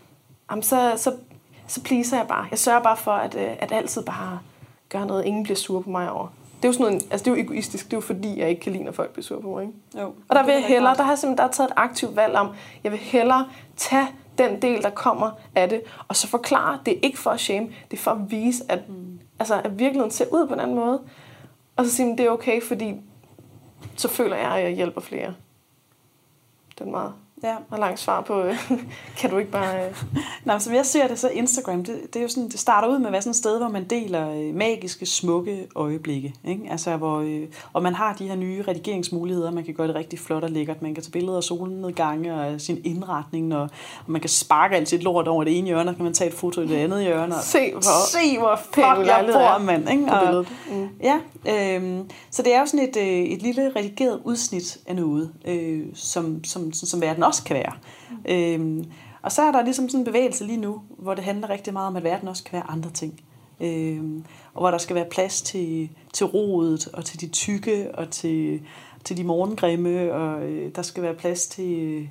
Speaker 1: så pleaser jeg bare. Jeg sørger bare for, at altid bare gør noget, ingen bliver sur på mig over. Det er jo sådan noget, altså det er jo egoistisk, det er jo fordi, jeg ikke kan lide, når folk bliver sur på mig, ikke? Jo. Og der vil jeg hellere, der har jeg simpelthen taget et aktivt valg om, jeg vil hellere tage den del, der kommer af det, og så forklare, det er ikke for at shame, det er for at vise, at, at virkeligheden ser ud på en anden måde. Og så sige, det er okay, fordi så føler jeg, at jeg hjælper flere. Det er meget langt svar på, kan du ikke bare...
Speaker 2: Nej, som jeg ser det, så Instagram, det er jo sådan, det starter ud med at være sådan et sted, hvor man deler magiske, smukke øjeblikke. Ikke? Altså, og man har de her nye redigeringsmuligheder, man kan gøre det rigtig flot og lækkert. Man kan tage billeder af solnedgange og sin indretning, og man kan sparke alt sit lort over det ene hjørne, og kan man tage et foto i det andet hjørne. Og
Speaker 1: se hvor
Speaker 2: fuck jeg bor, mand. Ikke? Og, så det er jo sådan et lille redigeret udsnit af noget, som verden også kan være. Og så er der ligesom sådan en bevægelse lige nu, hvor det handler rigtig meget om, at verden også kan være andre ting. Og hvor der skal være plads til rodet, og til de tykke, og til de morgengrimme, og der skal være plads til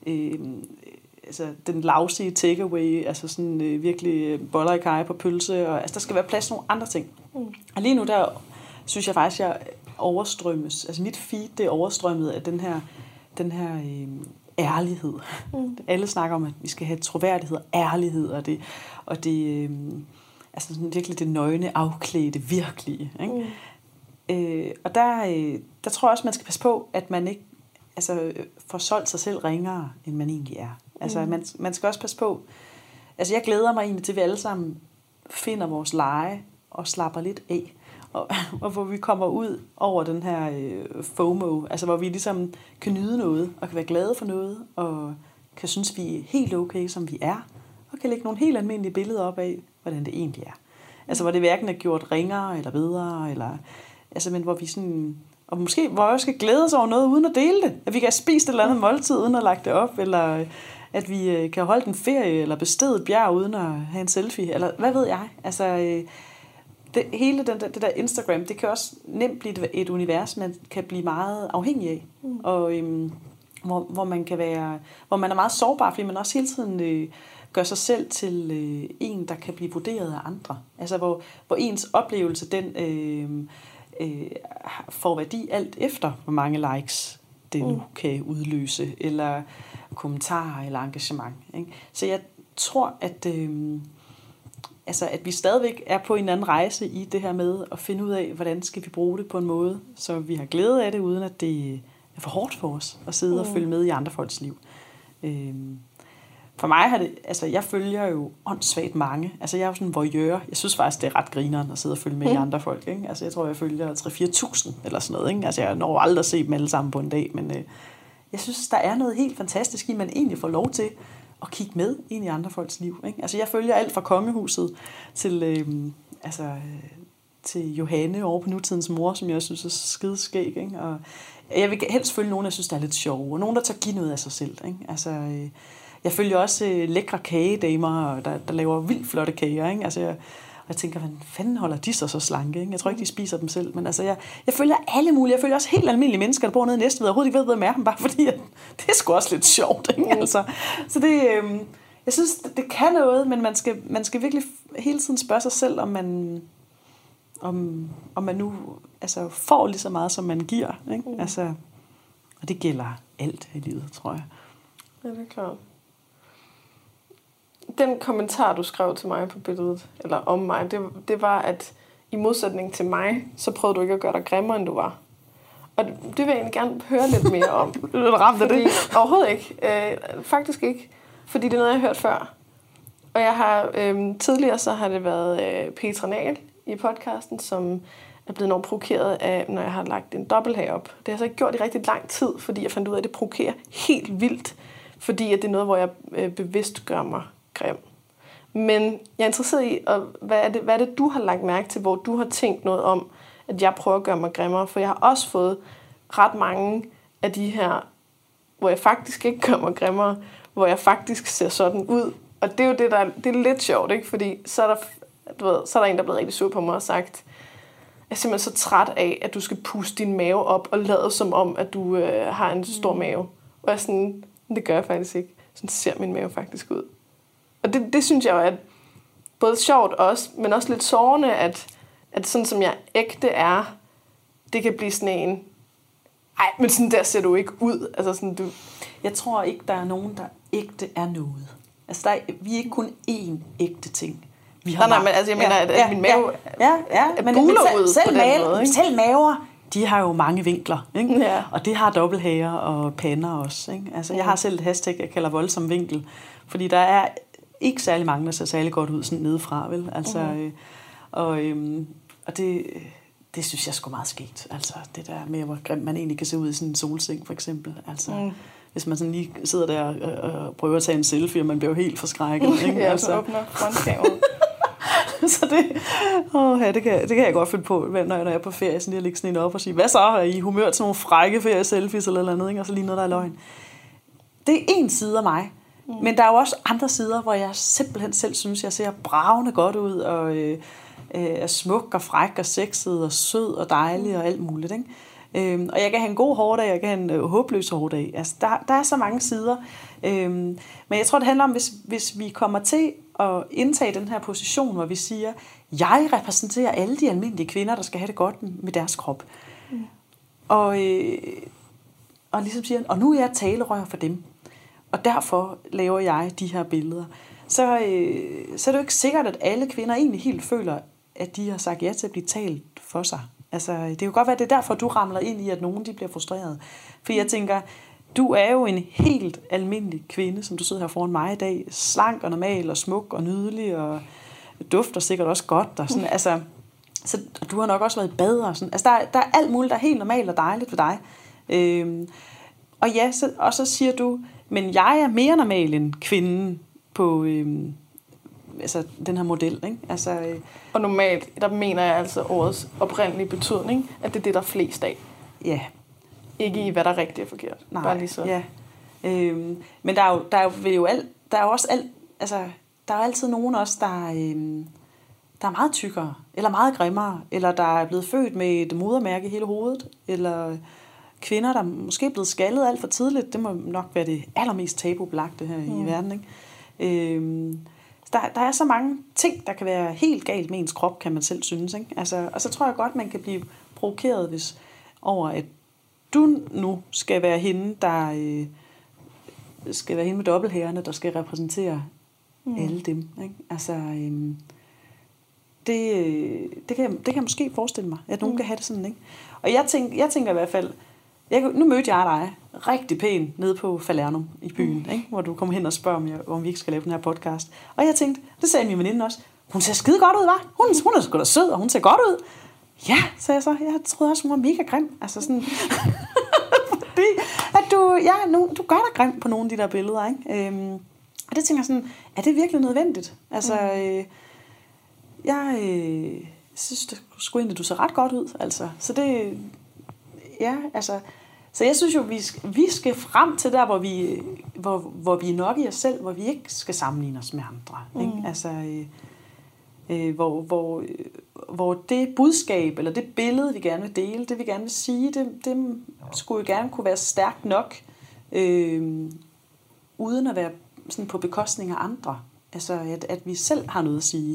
Speaker 2: den lavsige takeaway, altså sådan virkelig boller i kaj på pølse, og altså der skal være plads til nogle andre ting. Og lige nu der synes jeg faktisk, jeg overstrømmes. Altså mit feed, det er overstrømmet af den her ærlighed. Alle snakker om, at vi skal have troværdighed og ærlighed, og det altså sådan virkelig det nøgne, afklædte, virkelige. Ikke? Og der tror jeg også, man skal passe på, at man ikke får solgt sig selv ringere, end man egentlig er. Altså man skal også passe på. Altså jeg glæder mig egentlig til, at vi alle sammen finder vores leje og slapper lidt af. Og hvor vi kommer ud over den her FOMO, altså hvor vi ligesom kan nyde noget, og kan være glade for noget, og kan synes, vi er helt okay, som vi er, og kan lægge nogle helt almindelige billeder op af, hvordan det egentlig er. Altså hvor det hverken er gjort ringere eller bedre, eller, altså, men hvor vi sådan, og måske hvor vi skal glæde os over noget, uden at dele det. At vi kan have spist et eller andet måltid, uden at lagt det op, eller at vi kan holde en ferie, eller bestige et bjerg, uden at have en selfie, eller hvad ved jeg. Altså, hele det der Instagram, det kan også nemt blive et univers, man kan blive meget afhængig af. Og hvor man kan være, hvor man er meget sårbar, fordi man også hele tiden gør sig selv til en, der kan blive vurderet af andre. Altså hvor ens oplevelse, den får værdi alt efter, hvor mange likes det nu kan udløse, eller kommentarer, eller engagement. Ikke? Så jeg tror, at vi stadigvæk er på en anden rejse i det her med at finde ud af, hvordan skal vi bruge det på en måde, så vi har glæde af det, uden at det er for hårdt for os at sidde og følge med i andre folks liv. For mig har det, altså jeg følger jo åndssvagt mange. Altså jeg er jo sådan en voyeur. Jeg synes faktisk, det er ret grineren at sidde og følge med i andre folk. Ikke? Altså jeg tror, jeg følger 3-4.000 eller sådan noget. Ikke? Altså jeg når aldrig at se dem alle sammen på en dag, men jeg synes, der er noget helt fantastisk i, at man egentlig får lov til at kigge med ind i andre folks liv. Ikke? Altså jeg følger alt fra kongehuset til Johanne over på nutidens mor, som jeg synes er skideskæg. Ikke? Og jeg vil helst følge nogen, jeg synes, der er lidt sjove, og nogen, der tager give noget af sig selv. Ikke? Altså, jeg følger også lækre kagedamer, der laver vildt flotte kager. Ikke? Altså, jeg tænker, hvordan fanden holder de så slanke? Ikke? Jeg tror ikke, de spiser dem selv. Men altså, jeg følger alle mulige. Jeg følger også helt almindelige mennesker, der bor nede i Næstved, og overhovedet ikke ved, hvem er dem, bare fordi det er sgu også lidt sjovt. Ikke? Altså, så det, jeg synes, det kan noget, men man skal virkelig hele tiden spørge sig selv, om man nu altså, får lige så meget, som man giver. Ikke? Altså, og det gælder alt i livet, tror jeg.
Speaker 1: Ja, det er klart. Den kommentar, du skrev til mig på billedet, eller om mig, det var, at i modsætning til mig, så prøvede du ikke at gøre dig grimmere, end du var. Og det vil jeg egentlig gerne høre lidt mere om.
Speaker 2: Du er ramt af det?
Speaker 1: Overhovedet ikke. Faktisk ikke. Fordi det er noget, jeg har hørt før. Og jeg har tidligere, så har det været Petra Nahl i podcasten, som er blevet enormt provokeret af, når jeg har lagt en dobbelthage op. Det har jeg så ikke gjort i rigtig lang tid, fordi jeg fandt ud af, at det provokerer helt vildt. Fordi at det er noget, hvor jeg bevidst gør mig grim. Men jeg er interesseret i, hvad er det, du har lagt mærke til, hvor du har tænkt noget om, at jeg prøver at gøre mig grimmere. For jeg har også fået ret mange af de her, hvor jeg faktisk ikke gør mig grimmere, hvor jeg faktisk ser sådan ud. Og det er jo det er lidt sjovt, ikke? Fordi så er der en, der er blevet rigtig sur på mig og sagt, jeg er simpelthen så træt af, at du skal puste din mave op og lade som om, at du har en stor mave. Og jeg sådan, det gør jeg faktisk ikke. Sådan ser min mave faktisk ud. Og det synes jeg jo er både sjovt også, men også lidt sårende, at sådan som jeg ægte er, det kan blive sådan en, ej, men sådan der ser du ikke ud. Altså sådan,
Speaker 2: Jeg tror ikke, der er nogen, der ægte er noget. Altså vi er ikke kun én ægte ting. Vi har
Speaker 1: nej, men altså jeg mener, at min mave buler ud på den måde. Ikke?
Speaker 2: Selv maver, de har jo mange vinkler. Ikke?
Speaker 1: Ja.
Speaker 2: Og det har dobbelthager og pander også. Ikke? Altså, jeg har selv et hashtag, jeg kalder voldsom vinkel. Fordi der er ikke særlig mange, der ser særlig godt ud sådan nedefra. Vel? Altså, og det synes jeg sgu meget skægt. Altså det der med, hvor grimt man egentlig kan se ud i sådan en solseng, for eksempel. Altså, hvis man sådan lige sidder der og prøver at tage en selfie, og man bliver jo helt forskrækket. Ikke?
Speaker 1: Ja, så åbner frontkameraet.
Speaker 2: Så det kan jeg godt finde på, når jeg er på ferie, sådan lige at lægge sådan en op og sige, hvad så, er I humør til nogle frække ferie-selfies eller andet, ikke? Og så lige noget, der er løgn. Det er en side af mig, men der er jo også andre sider, hvor jeg simpelthen selv synes, jeg ser bravende godt ud, og er smuk og fræk og sexet og sød og dejlig og alt muligt, ikke? Og jeg kan have en god hårdag, jeg kan have en håbløs hårdag. Altså, der er så mange sider. Men jeg tror, det handler om, hvis vi kommer til at indtage den her position, hvor vi siger, jeg repræsenterer alle de almindelige kvinder, der skal have det godt med deres krop. Og ligesom siger, og nu er jeg talerør for dem. Og derfor laver jeg de her billeder. Så er det jo ikke sikkert, at alle kvinder egentlig helt føler, at de har sagt ja til at blive talt for sig. Altså, det kan godt være, at det er derfor, du ramler ind i, at nogen de bliver frustreret. For jeg tænker, du er jo en helt almindelig kvinde, som du sidder her foran mig i dag. Slank og normal og smuk og nydelig og dufter sikkert også godt. Og sådan, altså, så du har nok også været i bad og sådan. Altså, der er alt muligt, der er helt normalt og dejligt for dig. Og ja, så siger du, men jeg er mere normal end kvinden på altså, den her model. Ikke? Altså,
Speaker 1: og normalt, der mener jeg altså ordets oprindelige betydning, at det er det, der er flest af.
Speaker 2: Ja.
Speaker 1: Ikke i, hvad der er rigtigt og forkert.
Speaker 2: Nej,
Speaker 1: bare lige så.
Speaker 2: Ja. Men der er jo også altid nogen også, der er meget tykkere, eller meget grimmere, eller der er blevet født med et modermærke i hele hovedet, eller kvinder, der måske er blevet skaldet alt for tidligt. Det må nok være det allermest tabubelagte her i verden, ikke? Der er så mange ting, der kan være helt galt med ens krop, kan man selv synes, ikke? Altså, og så tror jeg godt, man kan blive provokeret over, at du nu skal være hende, der skal være hende med dobbelthærerne, der skal repræsentere alle dem, ikke? Altså, det kan jeg måske forestille mig, at nogen kan have det sådan, ikke? Og jeg tænker i hvert fald, nu mødte jeg dig rigtig pæn nede på Falernum i byen, ikke? Hvor du kom hen og spørger mig, om vi ikke skal lave den her podcast. Og jeg tænkte, det sagde min veninde også, hun ser skide godt ud, hva'? Hun er sgu da sød, og hun ser godt ud. Ja, sagde jeg så. Jeg troede også, hun var mega grim. Altså sådan, fordi at du gør dig grim på nogle af de der billeder, ikke? Og det tænker jeg sådan, er det virkelig nødvendigt? Altså, jeg synes det sgu egentlig, du ser ret godt ud, altså. Så det, ja, altså. Så jeg synes jo, vi skal frem til der, hvor vi er nok i os selv, hvor vi ikke skal sammenligne os med andre, ikke? Altså, hvor det budskab, eller det billede, vi gerne vil dele, det vi gerne vil sige, det skulle jo gerne kunne være stærkt nok, uden at være sådan på bekostning af andre. Altså, at vi selv har noget at sige.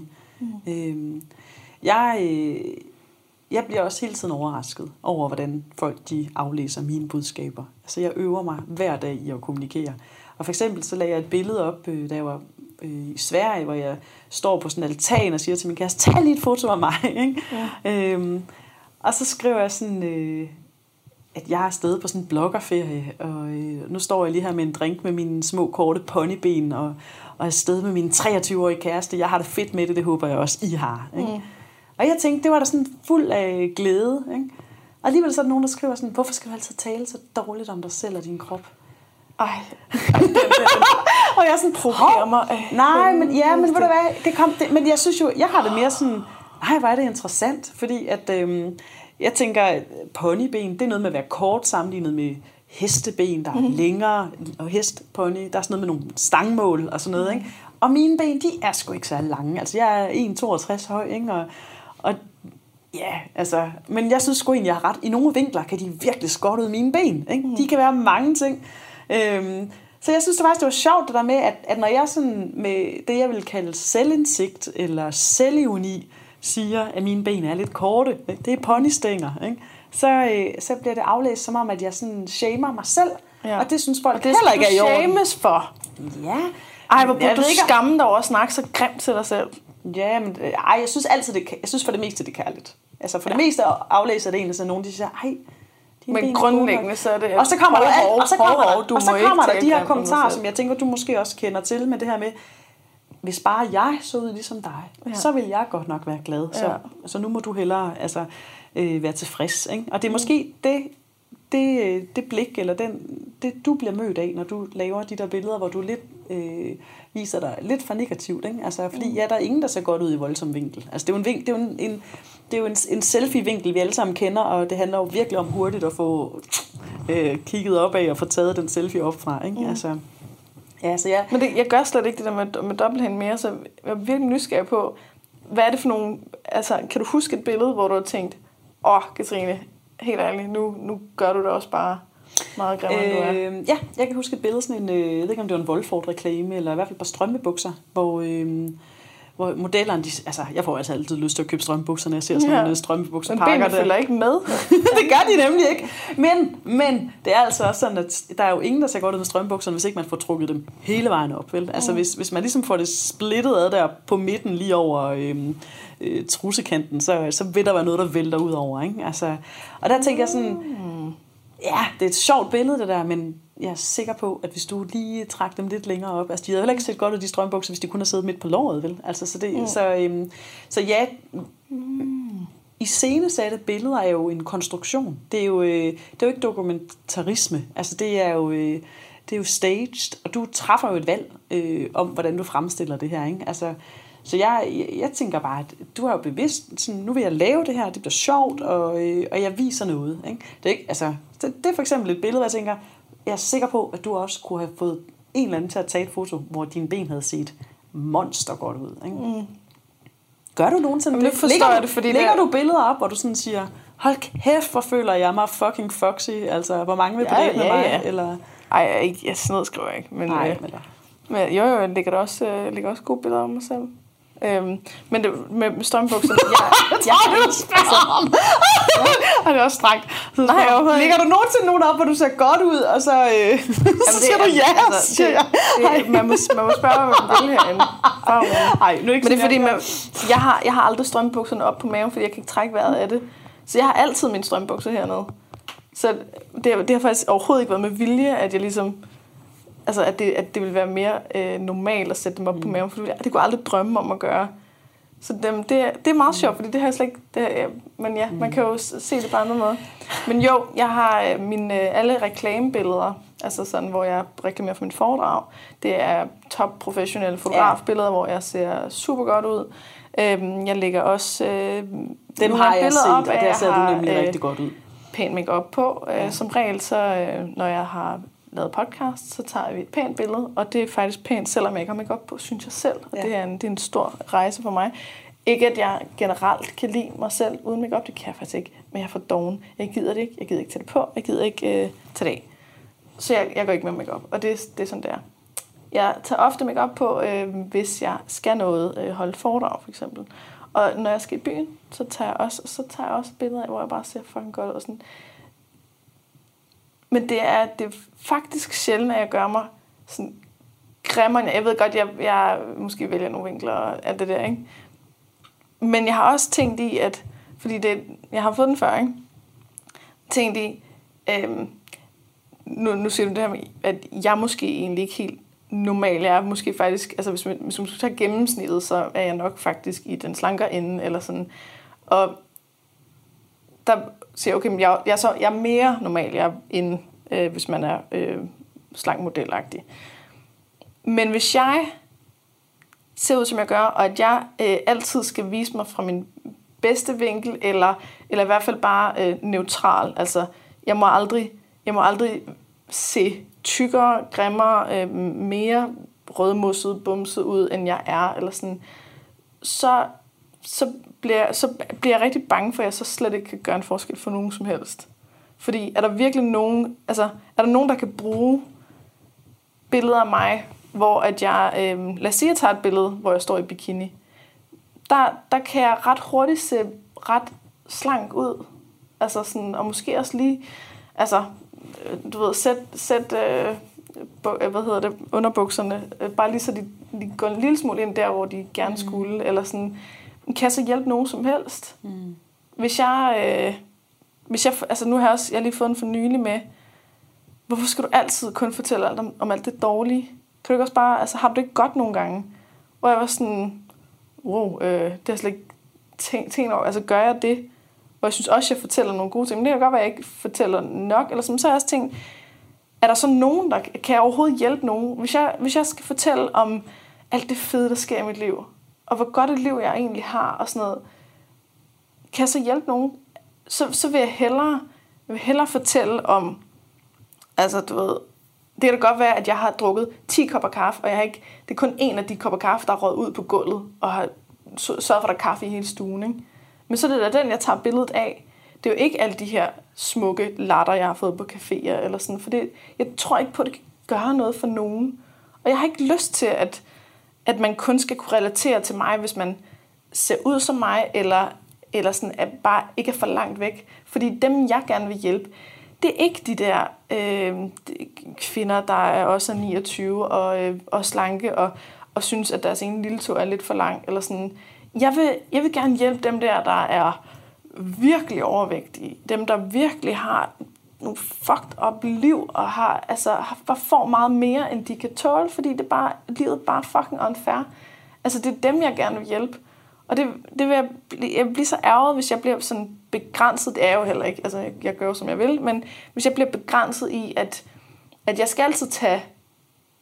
Speaker 2: Jeg bliver også hele tiden overrasket over, hvordan folk de aflæser mine budskaber. Altså, jeg øver mig hver dag i at kommunikere. Og for eksempel så lagde jeg et billede op, da jeg var i Sverige, hvor jeg står på sådan en altan og siger til min kæreste, tag lige et foto af mig, ikke? Ja. Og så skriver jeg sådan, at jeg er afsted på sådan en bloggerferie, og nu står jeg lige her med en drink med mine små korte ponyben, og er afsted med min 23-årige kæreste. Jeg har det fedt med det håber jeg også, I har, ikke? Og jeg tænkte, det var da sådan fuld af glæde, ikke? Og alligevel så er der nogen, der skriver sådan, hvorfor skal du altid tale så dårligt om dig selv og din krop?
Speaker 1: Ej, og jeg sådan provokerer mig.
Speaker 2: Nej, men ved du hvad, men jeg synes jo, jeg har det mere sådan, nej, hvor er det interessant, fordi at, jeg tænker, ponyben, det er noget med at være kort sammenlignet med hesteben, der er længere, og hestpony, der er sådan noget med nogle stangmål og sådan noget, ikke? Og mine ben, de er sgu ikke så lange, altså jeg er 1,62 høj, ikke? Og ja, altså, men jeg synes sgu egentlig, jeg har ret. I nogle vinkler kan de virkelig skåret ud mine ben, ikke? De kan være mange ting. Så jeg synes det faktisk, det var sjovt det der med, at når jeg sådan med det, jeg vil kalde selvindsigt eller selvironi, siger, at mine ben er lidt korte, det er ponystænger, ikke? Så bliver det aflæst som om, at jeg sådan shamer mig selv, og det synes folk
Speaker 1: det
Speaker 2: heller ikke er i orden.
Speaker 1: Det shames for.
Speaker 2: Ja.
Speaker 1: Ej, hvor burde du skamme dig over at snakke så grimt til dig selv.
Speaker 2: Ja, men jeg synes altid, jeg synes for det meste, det er kærligt. Altså for det meste aflæser det egentlig, så nogen de siger, ej,
Speaker 1: men grundlæggende så er det,
Speaker 2: og så kommer der de her kommentarer, som jeg tænker, du måske også kender til, med det her med, hvis bare jeg så ud ligesom dig, så vil jeg godt nok være glad. Så nu må du hellere være tilfreds, ikke? Og det er måske det blik, eller det du bliver mødt af, når du laver de der billeder, hvor du lidt viser dig lidt for negativt, ikke? Altså, fordi der er ingen, der ser godt ud i voldsom vinkel. Altså, det er jo en selfie-vinkel, vi alle sammen kender, og det handler jo virkelig om hurtigt at få kigget op af og få taget den selfie op fra, ikke? Altså, så
Speaker 1: men jeg gør slet ikke det der med dobbelthænd mere, så jeg er virkelig nysgerrig på, hvad er det for nogle, altså, kan du huske et billede, hvor du har tænkt, Katrine, helt ærligt, nu gør du det også bare meget grimmere, end du er.
Speaker 2: Ja, jeg kan huske et billede, sådan en, jeg ved ikke om det var en Wolford-reklame, eller i hvert fald et par strømpebukser, hvor modellerne, altså jeg får altså altid lyst til at købe strømpebukser, når jeg ser sådan nogle strømpebukser.
Speaker 1: Men benene følger ikke med.
Speaker 2: Det gør de nemlig ikke. Men det er altså også sådan, at der er jo ingen, der ser godt ud med strømpebukserne, hvis ikke man får trukket dem hele vejen op. Vel? Altså hvis man ligesom får det splittet ad der på midten lige over trussekanten, så vil der være noget, der vælter ud over. Ikke? Altså, og der tænker jeg sådan, ja, det er et sjovt billede det der, men jeg er sikker på, at hvis du lige trak dem lidt længere op, altså de havde heller ikke set godt ud, de strømbukser, hvis de kun havde siddet midt på låret, vel? Altså, så ja, iscenesatte billeder er jo en konstruktion. Det er jo ikke dokumentarisme. Altså, det er jo staged, og du træffer jo et valg om, hvordan du fremstiller det her, ikke? Altså, så jeg tænker bare, at du har jo bevidst, sådan, nu vil jeg lave det her, det bliver sjovt, og jeg viser noget. Ikke? Det er ikke, altså, det er for eksempel et billede, hvor jeg tænker, jeg er sikker på, at du også kunne have fået en eller anden til at tage et foto, hvor dine ben havde set monster godt ud. Ikke?
Speaker 1: Mm.
Speaker 2: Gør du nogensinde
Speaker 1: det? Lægger
Speaker 2: du billeder op, hvor du sådan siger, hold kæft, hvor føler jeg mig fucking foxy, altså hvor mange vil på date med mig? Eller?
Speaker 1: Ej, sådan noget skriver jeg ikke. Men, men jo, jeg lægger også gode billeder af mig selv. Men det, med strømbukserne, det er også strengt.
Speaker 2: Lægger du nogensinde nogen op, hvor du ser godt ud, og så, så siger du ja?
Speaker 1: Man må spørge, hvad man vil herinde.
Speaker 2: Ej, nu er ikke.
Speaker 1: Men det er fordi, jeg har aldrig strømbukserne op på maven, fordi jeg kan ikke trække vejret af det. Så jeg har altid mine strømbukser hernede. Så det har faktisk overhovedet ikke været med vilje, at jeg ligesom... Altså, at det ville være mere normalt at sætte dem op på maven, for det kunne jeg aldrig drømme om at gøre. Så det er meget sjovt, fordi det har jeg slet ikke... men ja, man kan jo se det på andre måder. Men jo, jeg har mine alle reklamebilleder, altså sådan, hvor jeg reklamerer for min foredrag. Det er top professionelle fotografbilleder, hvor jeg ser super godt ud. Jeg lægger også
Speaker 2: dem har jeg set, og der ser du nemlig rigtig godt ud.
Speaker 1: Pæn make-up på. Som regel, så når jeg har lavet podcast, så tager vi et pænt billede, og det er faktisk pænt, selvom jeg ikke har make-up på, synes jeg selv. Og det er en stor rejse for mig. Ikke, at jeg generelt kan lide mig selv uden make-up, det kan jeg faktisk ikke, men jeg er for doven. Jeg gider det ikke, jeg gider ikke tage det på, jeg gider ikke tage det af. Så jeg går ikke med make-up, og det er sådan, det er. Jeg tager ofte make-up på, hvis jeg skal noget, holde foredrag for eksempel. Og når jeg skal i byen, så tager jeg også billeder af, hvor jeg bare ser fucking godt ud og sådan. Men det er faktisk sjældent, at jeg gør mig sådan grimmere. Jeg ved godt, jeg måske vælger nogle vinkler og alt det der, ikke? Men jeg har også tænkt i, at... Fordi jeg har fået den før, ikke? Tænkt i... Nu siger du det her med, at jeg måske egentlig ikke helt normal. Jeg er måske faktisk... Altså, hvis man tager gennemsnittet, så er jeg nok faktisk i den slankere ende, eller sådan. Og der siger jeg, okay, men jeg er mere normal, end hvis man er slank modelagtig. Men hvis jeg ser ud, som jeg gør, og at jeg altid skal vise mig fra min bedste vinkel, eller i hvert fald bare neutral, altså jeg må aldrig se tykkere, grimmere, mere rødmosset, bumset ud, end jeg er, eller sådan, så bliver jeg rigtig bange for, at jeg så slet ikke kan gøre en forskel for nogen som helst. Fordi er der virkelig nogen, altså er der nogen, der kan bruge billeder af mig, hvor at jeg, lad os sige, jeg tager et billede, hvor jeg står i bikini. Der kan jeg ret hurtigt se ret slank ud. Altså sådan, og måske også lige, altså, du ved, sæt underbukserne, bare lige så de går en lille smule ind der, hvor de gerne skulle, eller sådan, kan jeg så hjælpe nogen som helst? Hvis jeg, altså nu har jeg lige fået en for nylig med, hvorfor skal du altid kun fortælle alt om alt det dårlige? Kan du ikke også bare, altså har du det ikke godt nogle gange? Og jeg var sådan, wow, det har jeg slet ikke tænkt over, altså gør jeg det? Og jeg synes også, jeg fortæller nogle gode ting, men det kan godt være, at jeg ikke fortæller nok, eller sådan, så har jeg også tænkt, er der så nogen, der kan jeg overhovedet hjælpe nogen? Hvis jeg skal fortælle om alt det fede, der sker i mit liv, og hvor godt et liv jeg egentlig har, og sådan noget, kan jeg så hjælpe nogen? Så vil jeg hellere fortælle om, altså du ved, det kan da godt være, at jeg har drukket 10 kopper kaffe, og det er kun en af de kopper kaffe, der er røget ud på gulvet, og har sørget for, at der er kaffe i hele stuen, ikke? Men så er det da den, jeg tager billedet af. Det er jo ikke alle de her smukke latter, jeg har fået på caféer, eller sådan, for jeg tror ikke på, at det kan gøre noget for nogen. Og jeg har ikke lyst til, at man kun skal kunne relatere til mig, hvis man ser ud som mig, eller sådan, at bare ikke er for langt væk. Fordi dem, jeg gerne vil hjælpe, det er ikke de der kvinder, der er også 29 og slanke, og synes, at deres ene lille tå er lidt for lang, eller sådan. Jeg vil gerne hjælpe dem der er virkelig overvægtige. Dem, der virkelig har nogle fucked up liv, og får meget mere, end de kan tåle, fordi livet er bare fucking unfair. Altså, det er dem, jeg gerne vil hjælpe. Og det vil jeg blive så ærget, hvis jeg bliver sådan begrænset. Det er jo heller ikke, altså jeg gør jo, som jeg vil, men hvis jeg bliver begrænset i, at jeg skal altid tage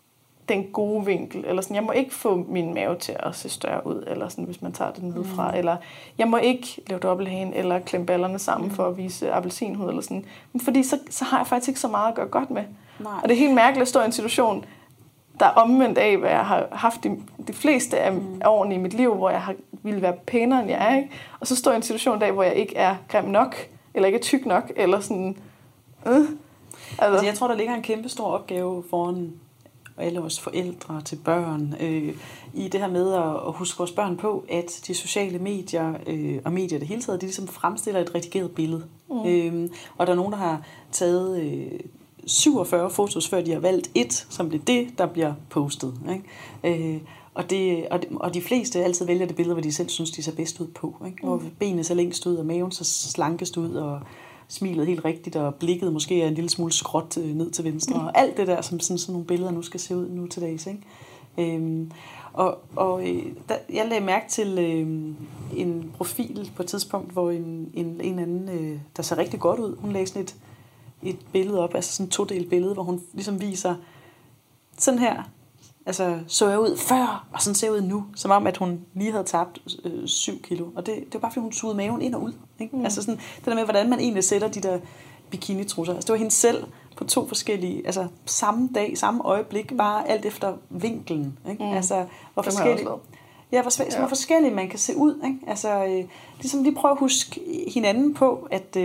Speaker 1: den gode vinkel, eller sådan, jeg må ikke få min mave til at se større ud, eller sådan, hvis man tager det nedefra, eller jeg må ikke lave dobbelthage, eller klemme ballerne sammen for at vise appelsinhud, eller sådan. Men fordi så har jeg faktisk ikke så meget at gøre godt med.
Speaker 2: Nej.
Speaker 1: Og det er helt mærkeligt at stå i en situation, der er omvendt af, hvad jeg har haft de fleste af årene i mit liv, hvor jeg ville være pænere, end jeg er, ikke? Og så står jeg i en situation i dag, hvor jeg ikke er grim nok, eller ikke er tyk nok, eller sådan...
Speaker 2: Altså, jeg tror, der ligger en kæmpe stor opgave foran alle vores forældre til børn, i det her med at huske vores børn på, at de sociale medier og medier det hele taget, de ligesom fremstiller et redigeret billede. Og der er nogen, der har taget 47 fotos, før de har valgt et, som bliver det, der bliver postet. Ikke? Og de fleste altid vælger det billede, hvor de selv synes, de ser bedst ud på. Ikke? Hvor benene ser længst ud, og maven så slankest ud, og smilet helt rigtigt, og blikket måske er en lille smule skråt ned til venstre, og alt det der, som sådan nogle billeder nu skal se ud nu til dags. Ikke? Jeg lagde mærke til en profil på et tidspunkt, hvor en anden, der ser rigtig godt ud, hun lagde sådan et billede op, altså sådan et todelt billede, hvor hun ligesom viser sådan her, altså så jeg ud før, og sådan ser jeg ud nu, som om at hun lige havde tabt 7 kilo, og det var bare fordi hun sugede maven ind og ud, ikke? Altså sådan, det der med, hvordan man egentlig sætter de der bikinitrusser, altså det var hende selv på 2 forskellige, altså samme dag, samme øjeblik, bare alt efter vinkelen, ikke? Altså hvor forskellige, hvor forskellige man kan se ud, ikke? Altså ligesom lige prøve at huske hinanden på, at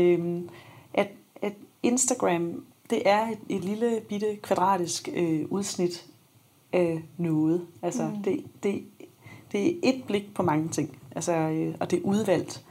Speaker 2: Instagram, det er et lille bitte kvadratisk udsnit af noget. Altså det er et blik på mange ting. Altså, og det er udvalgt.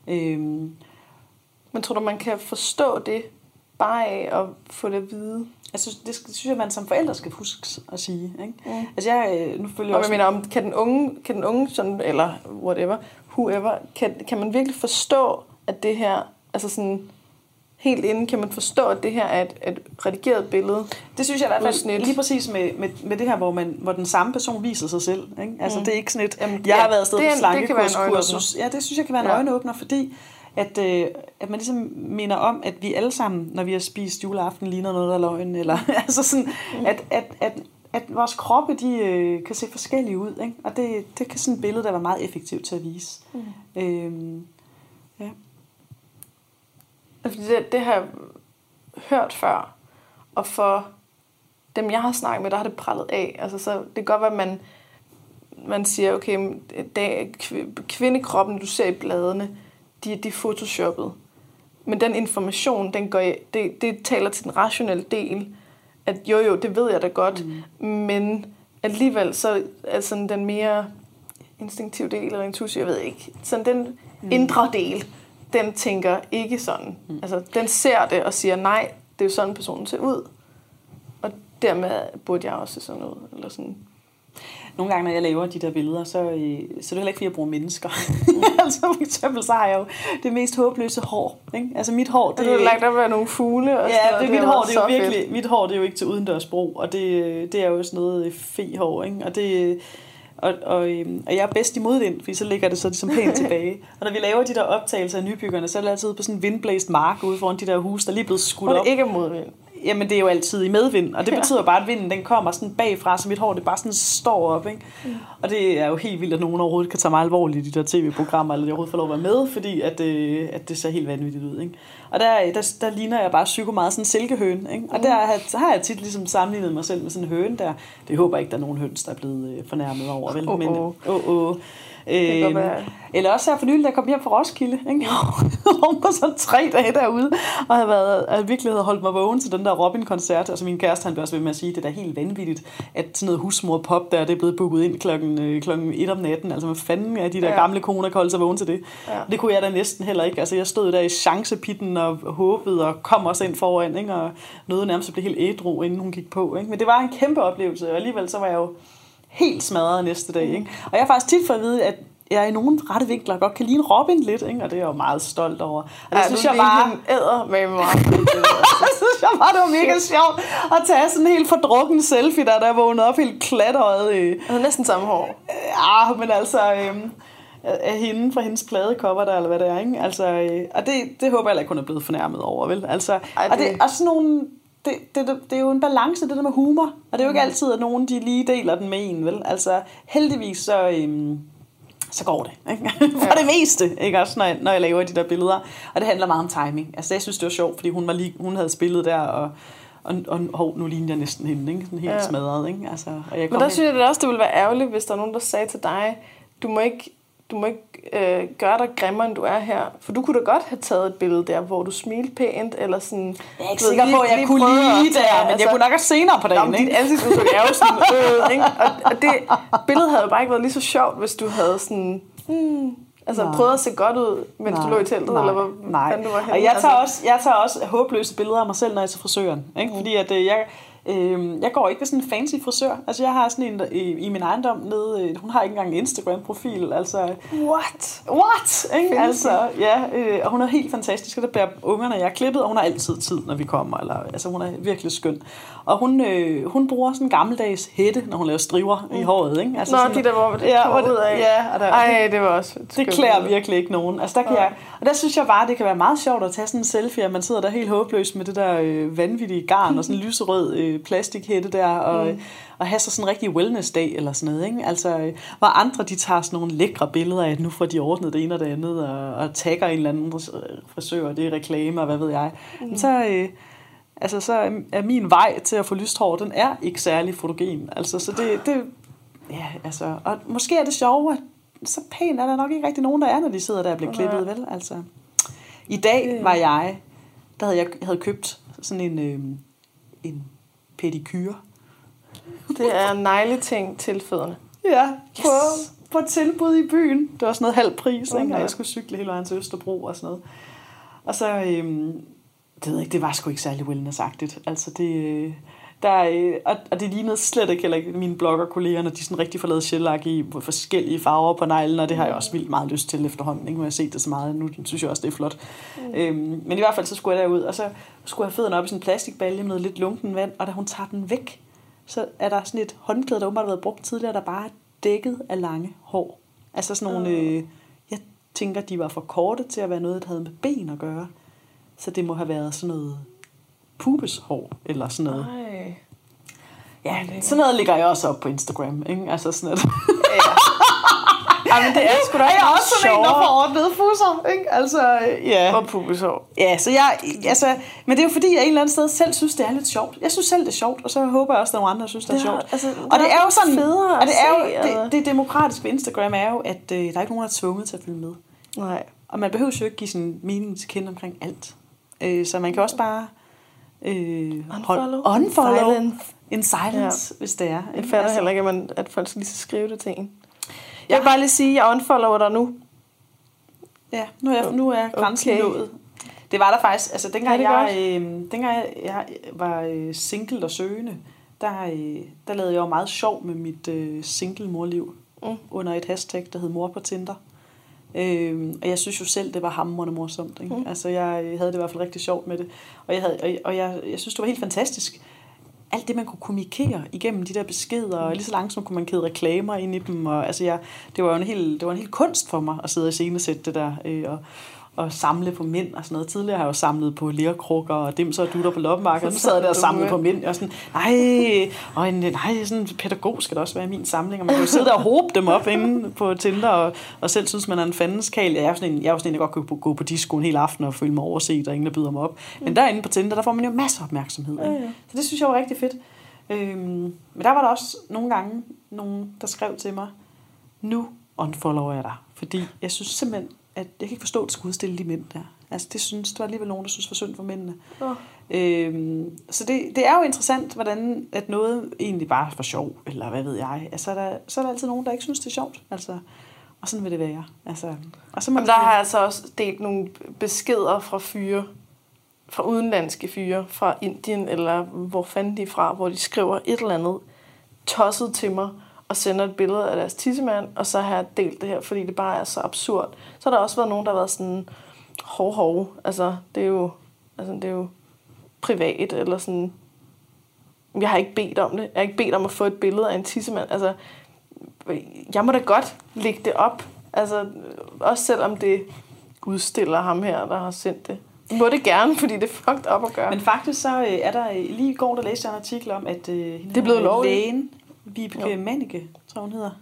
Speaker 1: Men tror du, man kan forstå det bare af at få det at vide?
Speaker 2: Altså, det synes jeg, man som forældre skal huske at sige. Ikke? Altså, nu følger
Speaker 1: og jeg mener, om kan den unge sådan, eller whatever, whoever, kan man virkelig forstå, at det her, altså sådan helt inden, kan man forstå, at det her er et redigeret billede?
Speaker 2: Det synes jeg i hvert fald lige præcis med det her, hvor den samme person viser sig selv. Ikke? Altså, det er ikke sådan et, jeg har været afsted på slankekurskursus. Ja, det synes jeg kan være en øjenåbner, fordi at man ligesom minder om, at vi alle sammen, når vi har spist juleaften, ligner noget, der er løgn, eller altså sådan, at vores kroppe, de kan se forskellige ud, ikke? Og det kan sådan et billede, der var meget effektivt til at vise. Ja.
Speaker 1: Det har jeg hørt før, og for dem, jeg har snakket med, der har det prallet af. Altså, så det kan godt være, at man siger, okay, kvindekroppen, du ser i bladene, de er photoshoppet. Men den information, det taler til den rationelle del, at jo, det ved jeg da godt, men alligevel så er sådan den mere instinktive del, eller intuitive, jeg ved ikke, sådan den indre del, den tænker ikke sådan. Altså, den ser det og siger, nej, det er jo sådan, personen ser ud. Og dermed burde jeg også se sådan ud. Eller sådan.
Speaker 2: Nogle gange, når jeg laver de der billeder, så er det heller ikke, fordi jeg bruger mennesker. Altså, for eksempel, så har jeg jo det mest håbløse hår. Ikke? Altså, mit hår,
Speaker 1: det... Du har lagt op af nogle fugle. Og
Speaker 2: ja, mit hår, det er jo virkelig... Mit hår, det er jo ikke til udendørs brug, og det er jo sådan noget fe-hår, ikke? Og det... Og jeg er bedst i modvind, fordi så ligger det så ligesom pænt tilbage. Og når vi laver de der optagelser af nybyggerne, så er det altid på sådan en vindblæst mark ude foran de der huse, der lige er blevet skudt op.
Speaker 1: Og det ikke er modvind.
Speaker 2: Jamen det er jo altid i medvind, og det betyder bare, at vinden den kommer sådan bagfra, så mit hår det bare sådan står op, ikke? Og det er jo helt vildt, at nogen overhovedet kan tage mig alvorligt i de der tv-programmer, eller de overhovedet får lov at være med, fordi at det ser helt vanvittigt ud, ikke? Og der ligner jeg bare psyko meget sådan en silkehøne, ikke? Og der har jeg tit ligesom sammenlignet mig selv med sådan en høne der. Det håber jeg ikke, der er nogen høns, der er blevet fornærmet over, vel? Men eller også her for nylig, der kom hjem fra Roskilde, ikke? Hun var sådan 3 dage derude, og havde virkelig holdt mig vågen til den der Robin-koncert. Altså min kæreste, han blev også ved med at sige, det er da helt vanvittigt, at sådan noget husmor-pop der, det er blevet booket ind klokken 1 om natten. Altså hvad fanden er de der gamle koner, der kan holde sig vågen til det? Ja. Det kunne jeg da næsten heller ikke. Altså jeg stod der i chancepitten og håbede, og kom også ind foran, ikke? Og nåede nærmest at blive helt ædru, inden hun gik på, ikke? Men det var en kæmpe oplevelse, og alligevel så var jeg jo helt smadret næste dag, ikke? Og jeg har faktisk tit fået at vide, at jeg i nogle rette vinkler godt kan ligne Robin lidt, ikke? Og det er jeg jo meget stolt over. Og det synes jeg bare
Speaker 1: æder med mig.
Speaker 2: Jeg synes jeg bare, det var mega sjovt at tage sådan en helt fordrukken selfie, der vågnede op helt klatret.
Speaker 1: Altså næsten samme hår.
Speaker 2: Ja, men altså af hende fra hendes pladecover der, eller hvad det er, ikke? Altså, og det håber jeg ikke, hun er blevet fornærmet over, vel? Altså, og det er sådan nogle det er jo en balance, det der med humor. Og det er jo ikke altid, at nogen de lige deler den med en, vel? Altså, heldigvis så går det. Ikke? For det meste, ikke? Også når jeg laver de der billeder. Og det handler meget om timing. Altså, jeg synes, det var sjovt, fordi hun havde spillet der, og nu ligner jeg næsten hende, ikke? Sådan helt smadret, ikke? Altså, og
Speaker 1: men der synes jeg det også, det ville være ærgerligt, hvis der er nogen, der sagde til dig, du må ikke gøre dig grimmere, end du er her. For du kunne da godt have taget et billede der, hvor du smilte pænt, eller sådan...
Speaker 2: Jeg er ikke sikker på, at jeg kunne lide der, men jeg kunne nok også senere på dagen, ikke?
Speaker 1: Dit ansigtsudtryk er jo sådan, ikke? Og det billede havde jo bare ikke været lige så sjovt, hvis du havde sådan... prøvet at se godt ud, mens du lå i teltet, eller hvor fanden du var henne.
Speaker 2: Og jeg tager også håbløse billeder af mig selv, når jeg er til frisøren, ikke? Fordi at jeg går ikke ved sådan en fancy frisør. Altså, jeg har sådan en i min ejendom nede. Hun har ikke engang en Instagram-profil. Altså, What? Ikke? Altså, ja. Og hun er helt fantastisk. Og der bærer ungerne, jeg er klippet, og hun har altid tid, når vi kommer. Altså, hun er virkelig skøn. Og hun bruger sådan en gammeldags hætte, når hun laver striver i håret. Ikke? Altså,
Speaker 1: sådan, de der, hvor det kommer ud af. Ja, det var også...
Speaker 2: Det klæder virkelig ikke nogen. Altså, der synes jeg bare, det kan være meget sjovt at tage sådan en selfie, at man sidder der helt håbløst med det der vanvittige garn og sådan en lyserød plastikhætte der, og have så sådan en rigtig wellness-dag eller sådan noget, ikke? Altså, hvor andre, de tager sådan nogle lækre billeder af, at nu får de ordnet det ene og det andet, og tagger en eller anden frisør, det er reklame, og hvad ved jeg. Så er min vej til at få lyst hår, den er ikke særlig fotogen. Altså, så og måske er det sjovt, at så pænt er der nok ikke rigtig nogen, der er, når de sidder der og bliver klippet, vel? Altså, i dag var jeg havde købt sådan en pedikyre.
Speaker 1: Det er negleting til fødderne.
Speaker 2: Ja, på tilbud i byen. Det var sådan noget halv pris, ikke? Og jeg skulle cykle hele vejen til Østerbro og sådan noget. Og så, det ved jeg ikke, det var sgu ikke særlig wellness-agtigt. Altså og det lignede slet ikke heller mine bloggerkolleger, når de sådan rigtig får lavet shellac i forskellige farver på neglen, og det har jeg også vildt meget lyst til efterhånden, ikke? Nu har jeg set det så meget, nu synes jeg også, det er flot. Men i hvert fald, så skulle jeg derud, og så skulle jeg fødderne op i sådan en plastikbalje med lidt lunken vand, og da hun tager den væk, så er der sådan et håndklæde, der åbenbart har været brugt tidligere, der bare er dækket af lange hår. Altså sådan nogle, jeg tænker, de var for korte til at være noget, der havde med ben at gøre. Så det må have været sådan noget pubeshår, eller sådan noget.
Speaker 1: Nej.
Speaker 2: Ja, sådan noget ligger jeg også op på Instagram, ikke? Altså sådan noget.
Speaker 1: Men det er sgu da
Speaker 2: også sådan en, der får ordnet fusser, ikke? Altså, ja.
Speaker 1: Og pubeshår.
Speaker 2: Ja, så men det er jo fordi, jeg en eller anden sted selv synes, det er lidt sjovt. Jeg synes selv, det er sjovt, og så håber jeg også, at nogle andre synes, det er sjovt. Altså, og det er jo sådan, og det er jo, det demokratiske ved Instagram er jo, at der er ikke nogen, der er tvunget til at følge med.
Speaker 1: Nej.
Speaker 2: Og man behøver jo ikke give sin mening til kende omkring alt. Så man kan også bare unfollow in silence, hvis det er.
Speaker 1: Jeg fatter heller ikke, at folk skal lige skrive det til en. Jeg vil bare lige sige, at jeg unfollower dig nu.
Speaker 2: Ja, nu er grænsen nået. Det var der faktisk, altså dengang jeg var single og søgende, der lavede jeg jo meget sjov med mit single-morliv under et hashtag, der hed Mor på Tinder. Og jeg synes jo selv, det var hamrende morsomt. Ikke? Altså jeg havde det i hvert fald rigtig sjovt med det. Og jeg synes, det var helt fantastisk. Alt det, man kunne kommunikere igennem de der beskeder, og lige så langsomt kunne man kæde reklamer ind i dem. Og, altså det var en hel kunst for mig at sidde og iscenesætte det der, og samle på mænd og sådan noget. Tidligere har jeg jo samlet på lerkrukker og dimser og dutter på loppemarkedet. Nu sad jeg der og samlede på mænd. Og sådan, nej, sådan en pædagog skal der også være i min samling. Og man kan jo sidde der og håbe dem op inde på Tinder, og selv synes, man er en fandens kæl. Jeg er jo sådan en, der godt kan gå på disco en hel aften og føle mig overset, og ingen der byder mig op. Men derinde på Tinder, der får man jo masser af opmærksomhed. Ikke? Så det synes jeg var rigtig fedt. Men der var der også nogle gange nogen, der skrev til mig, nu unfollower jeg dig. Fordi jeg synes simpelthen, at jeg kan ikke forstå, at det skulle udstille de mænd der. Altså, det var alligevel nogen, der synes var synd for mændene. Så det er jo interessant, hvordan at noget egentlig bare er for sjov, eller hvad ved jeg. Altså, så er der altid nogen, der ikke synes, det er sjovt. Altså, og sådan vil det være. Altså, og så
Speaker 1: der har jeg altså også delt nogle beskeder fra fyre, fra udenlandske fyre, fra Indien, eller hvor fanden de er fra, hvor de skriver et eller andet tosset til mig, og sender et billede af deres tissemand, og så har jeg delt det her, fordi det bare er så absurd. Så har der også været nogen, der har været sådan, altså det er jo privat, eller sådan, jeg har ikke bedt om det. Jeg har ikke bedt om at få et billede af en tissemand. Altså, jeg må da godt lægge det op. Altså, også selvom det udstiller ham her, der har sendt det. må det gerne, fordi det er fucked up at gøre.
Speaker 2: Men faktisk så er der, lige i går, der læste jeg en artikel om, at
Speaker 1: det er blevet lovligt.
Speaker 2: Lægen, Vibeke Mannicke, tror hun hedder.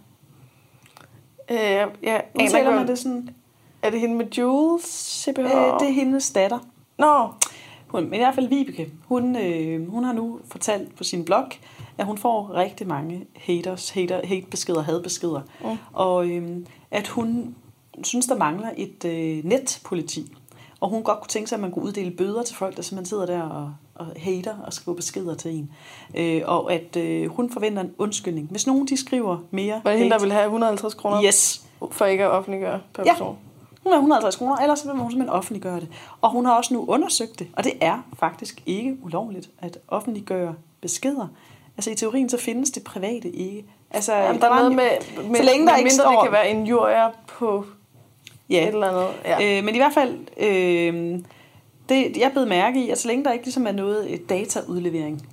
Speaker 1: Ja,
Speaker 2: udtaler man det sådan?
Speaker 1: Er det hende med Jules? CPH?
Speaker 2: Det er hendes datter.
Speaker 1: Nå.
Speaker 2: Men i hvert fald Vibeke, hun har nu fortalt på sin blog, at hun får rigtig mange hate-beskeder, hadbeskeder. Og at hun synes, der mangler et netpoliti. Og hun godt kunne tænke sig, at man kunne uddele bøder til folk, der simpelthen sidder der og hater og skriver beskeder til en. Og at hun forventer en undskyldning. Hvis nogen de skriver mere...
Speaker 1: Var det hende, der vil have 150 kroner?
Speaker 2: Yes.
Speaker 1: For ikke at offentliggøre per person?
Speaker 2: Hun har 150 kroner, ellers vil hun simpelthen offentliggøre det. Og hun har også nu undersøgt det, og det er faktisk ikke ulovligt at offentliggøre beskeder. Altså i teorien, så findes det private ikke. Altså,
Speaker 1: jamen, der er noget med så længe der ikke står... det kan være injurier på et eller andet. Ja.
Speaker 2: Men i hvert fald, det jeg blev mærke i, at så længe der ikke ligesom er noget dataudlevering,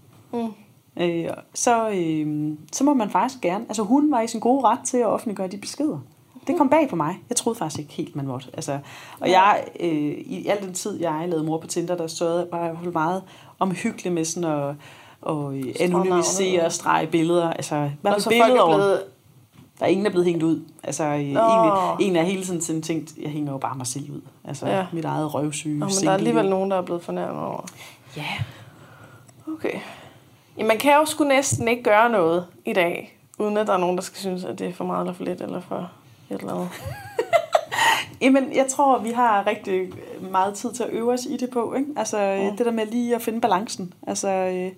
Speaker 2: så må man faktisk gerne... Altså hun var i sin gode ret til at offentliggøre de beskeder. Det kom bag på mig. Jeg troede faktisk ikke helt, man måtte. Altså, og jeg, i al den tid, jeg lavede mor på Tinder, der stod bare meget omhyggeligt med sådan at anonymisere og strege billeder. Altså, hvad er billeder over? Der er ingen, der er blevet hængt ud. Altså, egentlig er hele tiden tænkt, jeg hænger jo bare mig selv ud. Altså, mit eget røvsyge.
Speaker 1: Men der er alligevel nogen, der er blevet fornærmet over.
Speaker 2: Ja.
Speaker 1: Okay. Ja, man kan jo sgu næsten ikke gøre noget i dag, uden at der er nogen, der skal synes, at det er for meget eller for lidt, eller for et eller andet.
Speaker 2: Jamen, jeg tror, vi har rigtig meget tid til at øve os i det på, ikke? Altså, det der med lige at finde balancen. Altså,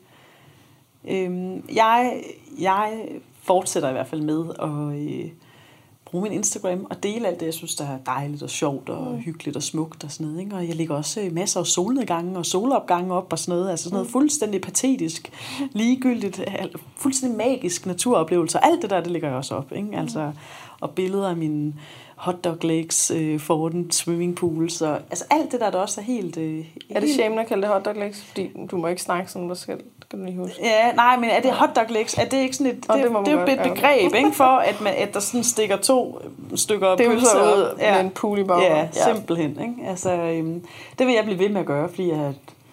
Speaker 2: jeg fortsætter i hvert fald med at bruge min Instagram og dele alt det, jeg synes, der er dejligt og sjovt og hyggeligt og smukt og sådan noget, ikke? Og jeg lægger også masser af solnedgange og solopgange op og sådan noget. Altså sådan noget fuldstændig patetisk, ligegyldigt, fuldstændig magisk naturoplevelser. Alt det der, det lægger jeg også op, ikke? Altså, og billeder af mine hotdog legs foran swimmingpools og altså alt det der også er helt...
Speaker 1: er det shame at kalde det hotdog legs? Fordi du må ikke snakke sådan, der skal du lige huske.
Speaker 2: Ja, nej, men er det hotdog legs? Er det ikke sådan et... Det er jo et begreb, ikke? For at der sådan stikker 2 stykker
Speaker 1: pølser ud med en pool i baggrunden.
Speaker 2: Ja, simpelthen, ikke? Altså, det vil jeg blive ved med at gøre, fordi jeg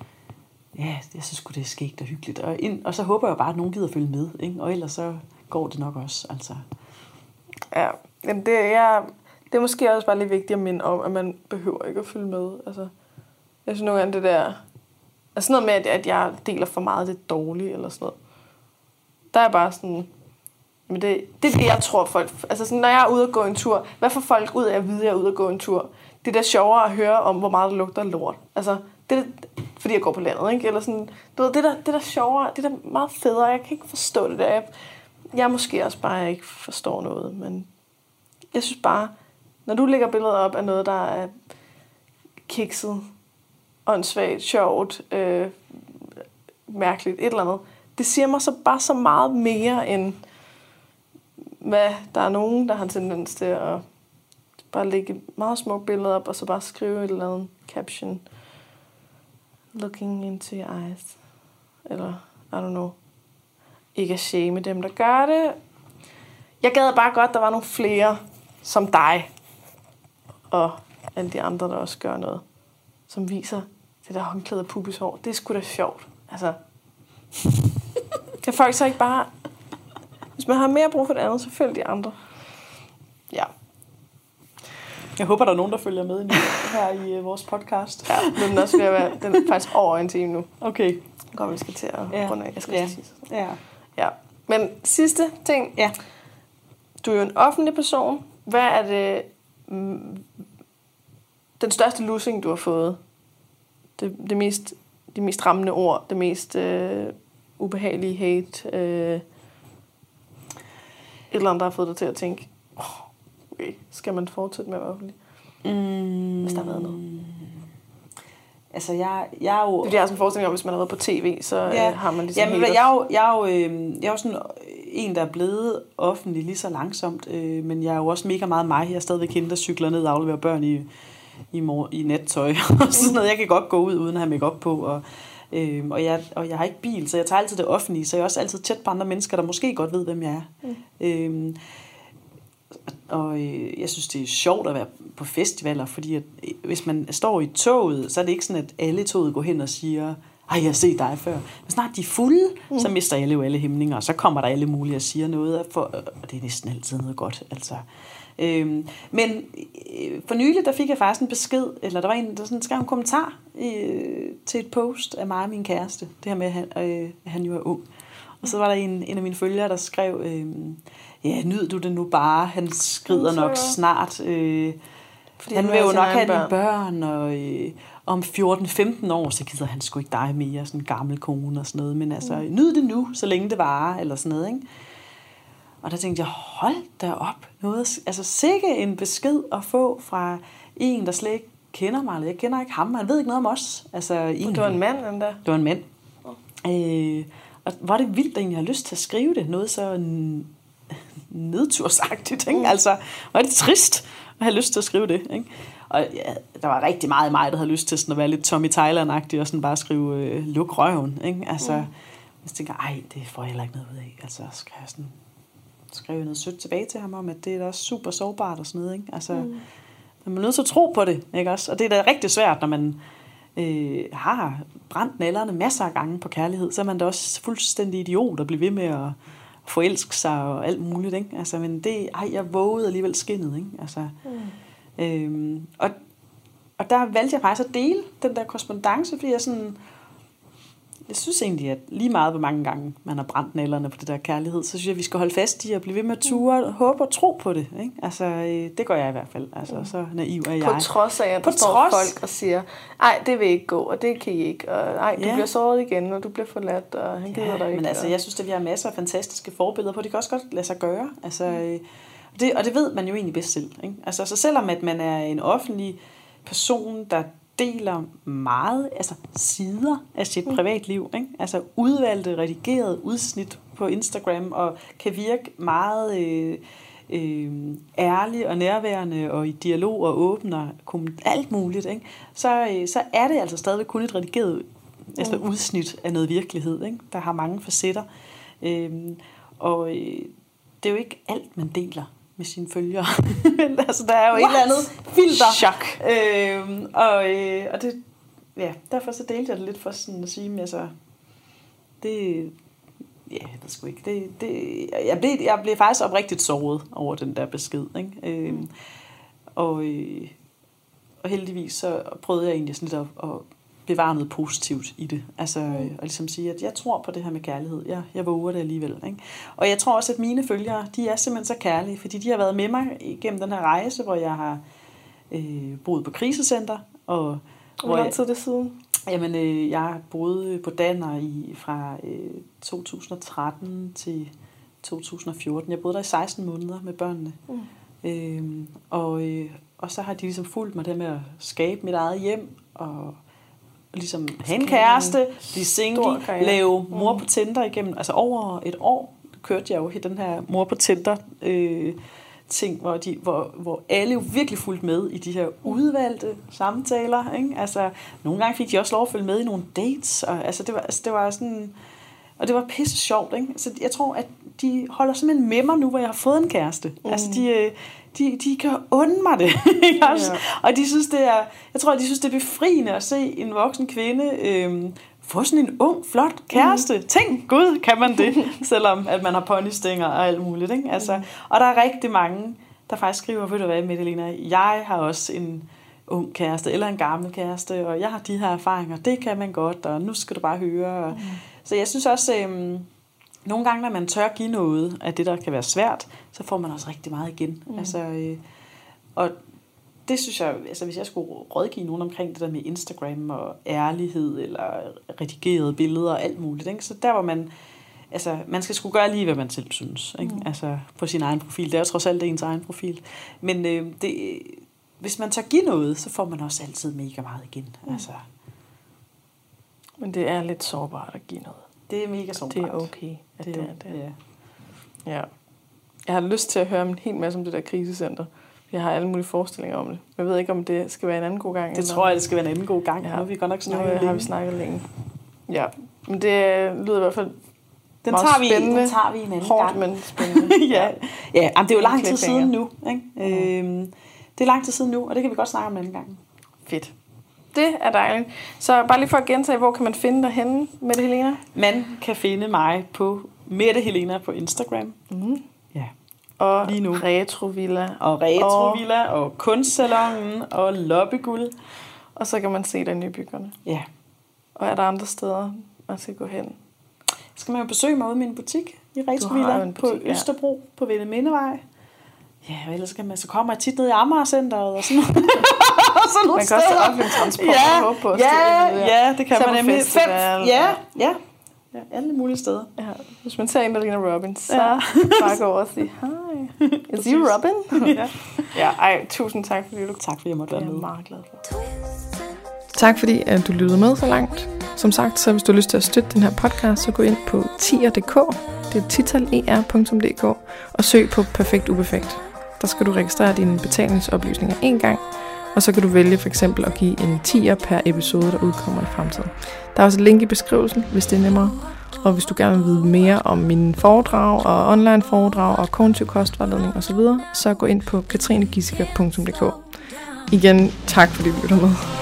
Speaker 2: synes sgu, det er skægt og hyggeligt. Og så håber jeg bare, at nogen gider følge med, ikke? Og ellers så går det nok også, altså.
Speaker 1: Ja, jamen det er måske også bare lidt vigtigt at minde om, at man behøver ikke at følge med. Altså, jeg synes nogle gange det der... Altså noget med, at jeg deler for meget det dårlige, eller sådan noget. Der er bare sådan... Men det er det, jeg tror folk... Altså sådan, når jeg er ude at gå en tur... Hvad får folk ud af at vide, at jeg er ude at gå en tur? Det er da sjovere at høre om, hvor meget det lugter lort. Altså, det fordi jeg går på landet, ikke? Eller sådan... Du ved, det der sjovere... Det der meget federe. Jeg kan ikke forstå det der. Jeg måske også bare ikke forstår noget, men... Jeg synes bare... Når du lægger billeder op af noget, der er kikset, åndssvagt, sjovt, mærkeligt, et eller andet, det siger mig så bare så meget mere, end hvad der er nogen, der har tendens til at bare lægge meget små billeder op, og så bare skrive et eller andet caption. Looking into your eyes. Eller, I don't know. Ikke at shame dem, der gør det. Jeg gad bare godt, der var nogle flere som dig, og alle de andre, der også gør noget, som viser det der håndklæde og pubishår. Det er sgu da sjovt. Altså, kan folk så ikke bare... Hvis man har mere brug for det andet, så følg de andre. Ja.
Speaker 2: Jeg håber, der er nogen, der følger med her i vores podcast.
Speaker 1: Ja, men den er også ved at være... Den er faktisk over en time nu.
Speaker 2: Okay.
Speaker 1: Godt, vi skal til at runde af. Jeg skal sige
Speaker 2: ja.
Speaker 1: Ja. Men sidste ting.
Speaker 2: Ja.
Speaker 1: Du er jo en offentlig person. Hvad er det... den største losing, du har fået? Det mest rammende ord. Det mest ubehagelige hate. Et eller andet, der har fået dig til at tænke, okay, skal man fortsætte med at være offentlig? Hvis der har været noget.
Speaker 2: Altså, jeg er jo...
Speaker 1: Det er sådan en forestilling om, hvis man har været på tv, så har man ligesom...
Speaker 2: Jamen, jeg er jo sådan en, der er blevet offentlig lige så langsomt, men jeg er jo også mega meget mig. Jeg er stadigvæk hende, der cykler ned og afleverer børn i nattøj og sådan noget. Jeg kan godt gå ud uden at have makeup på, og jeg har ikke bil, så jeg tager altid det offentlige, så jeg er også altid tæt på andre mennesker, der måske godt ved, hvem jeg er. Og jeg synes, det er sjovt at være på festivaler, fordi at, hvis man står i toget, så er det ikke sådan, at alle i toget går hen og siger, ej, jeg har set dig før. Men snart de er fulde, så mister alle jo alle hæmninger, og så kommer der alle mulige og siger noget, og det er næsten altid noget godt, altså. Men for nylig, der fik jeg faktisk en besked, eller der var en, der sådan skrev en kommentar til et post af mig og min kæreste, det her med, at han jo er ung. Og så var der en af mine følgere, der skrev, ja, nyd du det nu bare, han skrider nok snart. Han vil jo nok have dine børn, og om 14-15 år, så gider han sgu ikke dig mere, sådan en gammel kone og sådan noget. Men altså, nyd det nu, så længe det varer, eller sådan noget, ikke? Og der tænkte jeg, hold da op. Noget, altså sikke en besked at få fra en, der slet ikke kender mig, eller jeg kender ikke ham, han ved ikke noget om os. Altså,
Speaker 1: det var en mand, endda? Det
Speaker 2: var en mand. Og var det vildt, at jeg har lyst til at skrive det. Noget så nedtursagtigt, ikke? Altså, var det trist at have lyst til at skrive det, ikke? Og ja, der var rigtig meget i mig, der havde lyst til sådan at være lidt Tommy Thailand-agtig, og sådan bare skrive, luk røven, ikke? Altså, jeg tænker, ej, det får jeg heller ikke noget ud af. Altså, skal jeg sådan skrive noget sødt tilbage til ham om, at det er da også super sårbart og sådan noget, ikke? Altså, man er nødt til at tro på det, ikke også? Og det er da rigtig svært, når man har brændt nælderne masser af gange på kærlighed, så er man da også fuldstændig idiot at blive ved med at forelske sig og alt muligt, ikke? Altså, men det, jeg vågede alligevel skinnet, ikke? Altså, og der valgte jeg faktisk at dele den der korrespondance, fordi jeg synes egentlig, at lige meget hvor mange gange man har brændt nælderne på det der kærlighed, så synes jeg, at vi skal holde fast i at blive ved med at ture, håbe og tro på det, ikke? Altså, det gør jeg i hvert fald. Altså, så naiv er jeg.
Speaker 1: På trods af, at der står folk og siger, ej, det vil ikke gå, og det kan I ikke, og ej, du bliver såret igen, og du bliver forladt, og han gider dig ikke.
Speaker 2: Men altså, jeg synes, at vi har masser af fantastiske forbilleder på, det kan også godt lade sig gøre. Altså, og det ved man jo egentlig bedst selv, ikke? Altså, så selvom at man er en offentlig person, der deler meget, altså sider af sit privatliv, ikke? Altså udvalgte, redigerede udsnit på Instagram, og kan virke meget ærlig og nærværende, og i dialog og åbner alt muligt, ikke? Så er det altså stadigvæk kun et redigeret udsnit af noget virkelighed, ikke? Der har mange facetter. Og det er jo ikke alt, man deler med sine følgere. Altså, der er jo et eller andet filter.
Speaker 1: Chok.
Speaker 2: Og det, ja, derfor så delte jeg det lidt for sådan at sige, altså, det, ja, jeg ved sgu ikke, jeg blev faktisk oprigtigt såret over den der besked, ikke? Og heldigvis så prøvede jeg egentlig sådan lidt at bevare noget positivt i det. Altså, og ligesom sige, at jeg tror på det her med kærlighed. Jeg våger det alligevel, ikke? Og jeg tror også, at mine følgere, de er simpelthen så kærlige, fordi de har været med mig igennem den her rejse, hvor jeg har boet på krisecenter. Og
Speaker 1: hvor lang tid er det siden?
Speaker 2: Jamen, jeg boede på Danner fra 2013 til 2014. Jeg boede der i 16 måneder med børnene. Og så har de ligesom fulgt mig det med at skabe mit eget hjem, og ligesom have en kæreste, blive single, lave mor på Tinder igennem, altså over et år kørte jeg jo den her mor på Tinder ting, hvor alle jo virkelig fulgte med i de her udvalgte samtaler, ikke? Altså, nogle gange fik de også lov at følge med i nogle dates, og altså, det var sådan, og det var pisse sjovt, ikke? Så jeg tror, at de holder simpelthen med mig nu, hvor jeg har fået en kæreste. Altså, de kan unde mig det, ikke også? Ja. Og de synes, jeg tror, de synes, det er befriende at se en voksen kvinde få sådan en ung, flot kæreste. Tænk, gud, kan man det? Selvom at man har ponystænger og alt muligt, ikke? Altså, og der er rigtig mange, der faktisk skriver, ved du hvad, Madalena, jeg har også en ung kæreste, eller en gammel kæreste, og jeg har de her erfaringer, det kan man godt, og nu skal du bare høre. Så jeg synes også, nogle gange, når man tør give noget af det, der kan være svært, så får man også rigtig meget igen. Altså, og det synes jeg, altså hvis jeg skulle rådgive nogen omkring det der med Instagram og ærlighed, eller redigerede billeder og alt muligt, ikke? Så der var man, altså man skal sgu gøre lige, hvad man selv synes, ikke? Altså på sin egen profil. Det er jo trods alt ens egen profil. Men hvis man tør give noget, så får man også altid mega meget igen. Altså.
Speaker 1: Men det er lidt sårbart at give noget.
Speaker 2: Det er mega sårbart.
Speaker 1: Det er okay, at det er det. Ja. Jeg har lyst til at høre en hel masse om det der krisecenter. Jeg har alle mulige forestillinger om det. Jeg ved ikke, om det skal være en anden god gang.
Speaker 2: Det tror jeg, det skal være en anden god gang. Ja. Nu har vi godt nok snakket længe.
Speaker 1: Har vi snakket længe. Ja, men det lyder i hvert fald
Speaker 2: Den tager vi en anden
Speaker 1: Hårdt,
Speaker 2: gang.
Speaker 1: men spændende.
Speaker 2: ja, jamen, det er jo lang tid siden nu. Ikke? Det er lang tid siden nu, og det kan vi godt snakke om en anden gang.
Speaker 1: Fedt. Det er dejligt. Så bare lige for at gentage, hvor kan man finde dig henne, Mette Helena?
Speaker 2: Man kan finde mig på Mette Helena på Instagram. Ja.
Speaker 1: Og
Speaker 2: lige nu.
Speaker 1: Retrovilla.
Speaker 2: Og Kunstsalonen og Loppeguld.
Speaker 1: Og så kan man se dig i Nybyggerne.
Speaker 2: Ja.
Speaker 1: Og er der andre steder, man skal gå hen?
Speaker 2: Skal man jo besøge mig ude i min butik i Retrovilla på Østerbro på Vendemindevej. Ja, og ellers kan man så komme tit ned i Amagercenteret og sådan noget.
Speaker 1: Man kan også tage offentlig transport og håbe på.
Speaker 2: Ja, det kan man nemlig. Ja, alle mulige steder.
Speaker 1: Ja. Hvis man ser en, der ligner Robin, så bare gå over og sige, hi, is you Robin? Tusind tak, fordi
Speaker 2: jeg måtte være med.
Speaker 1: Jeg er meget glad for. Tak fordi at du lyttede med så langt. Som sagt, så hvis du har lyst til at støtte den her podcast, så gå ind på tier.dk, det er titaler.dk, og søg på Perfekt Uperfekt. Der skal du registrere dine betalingsoplysninger en gang, og så kan du vælge for eksempel at give en 10'er per episode, der udkommer i fremtiden. Der er også et link i beskrivelsen, hvis det er nemmere. Og hvis du gerne vil vide mere om mine foredrag og online foredrag og kognitiv kostvejledning osv., så gå ind på katrinegissiker.dk. Igen, tak fordi du lytter med.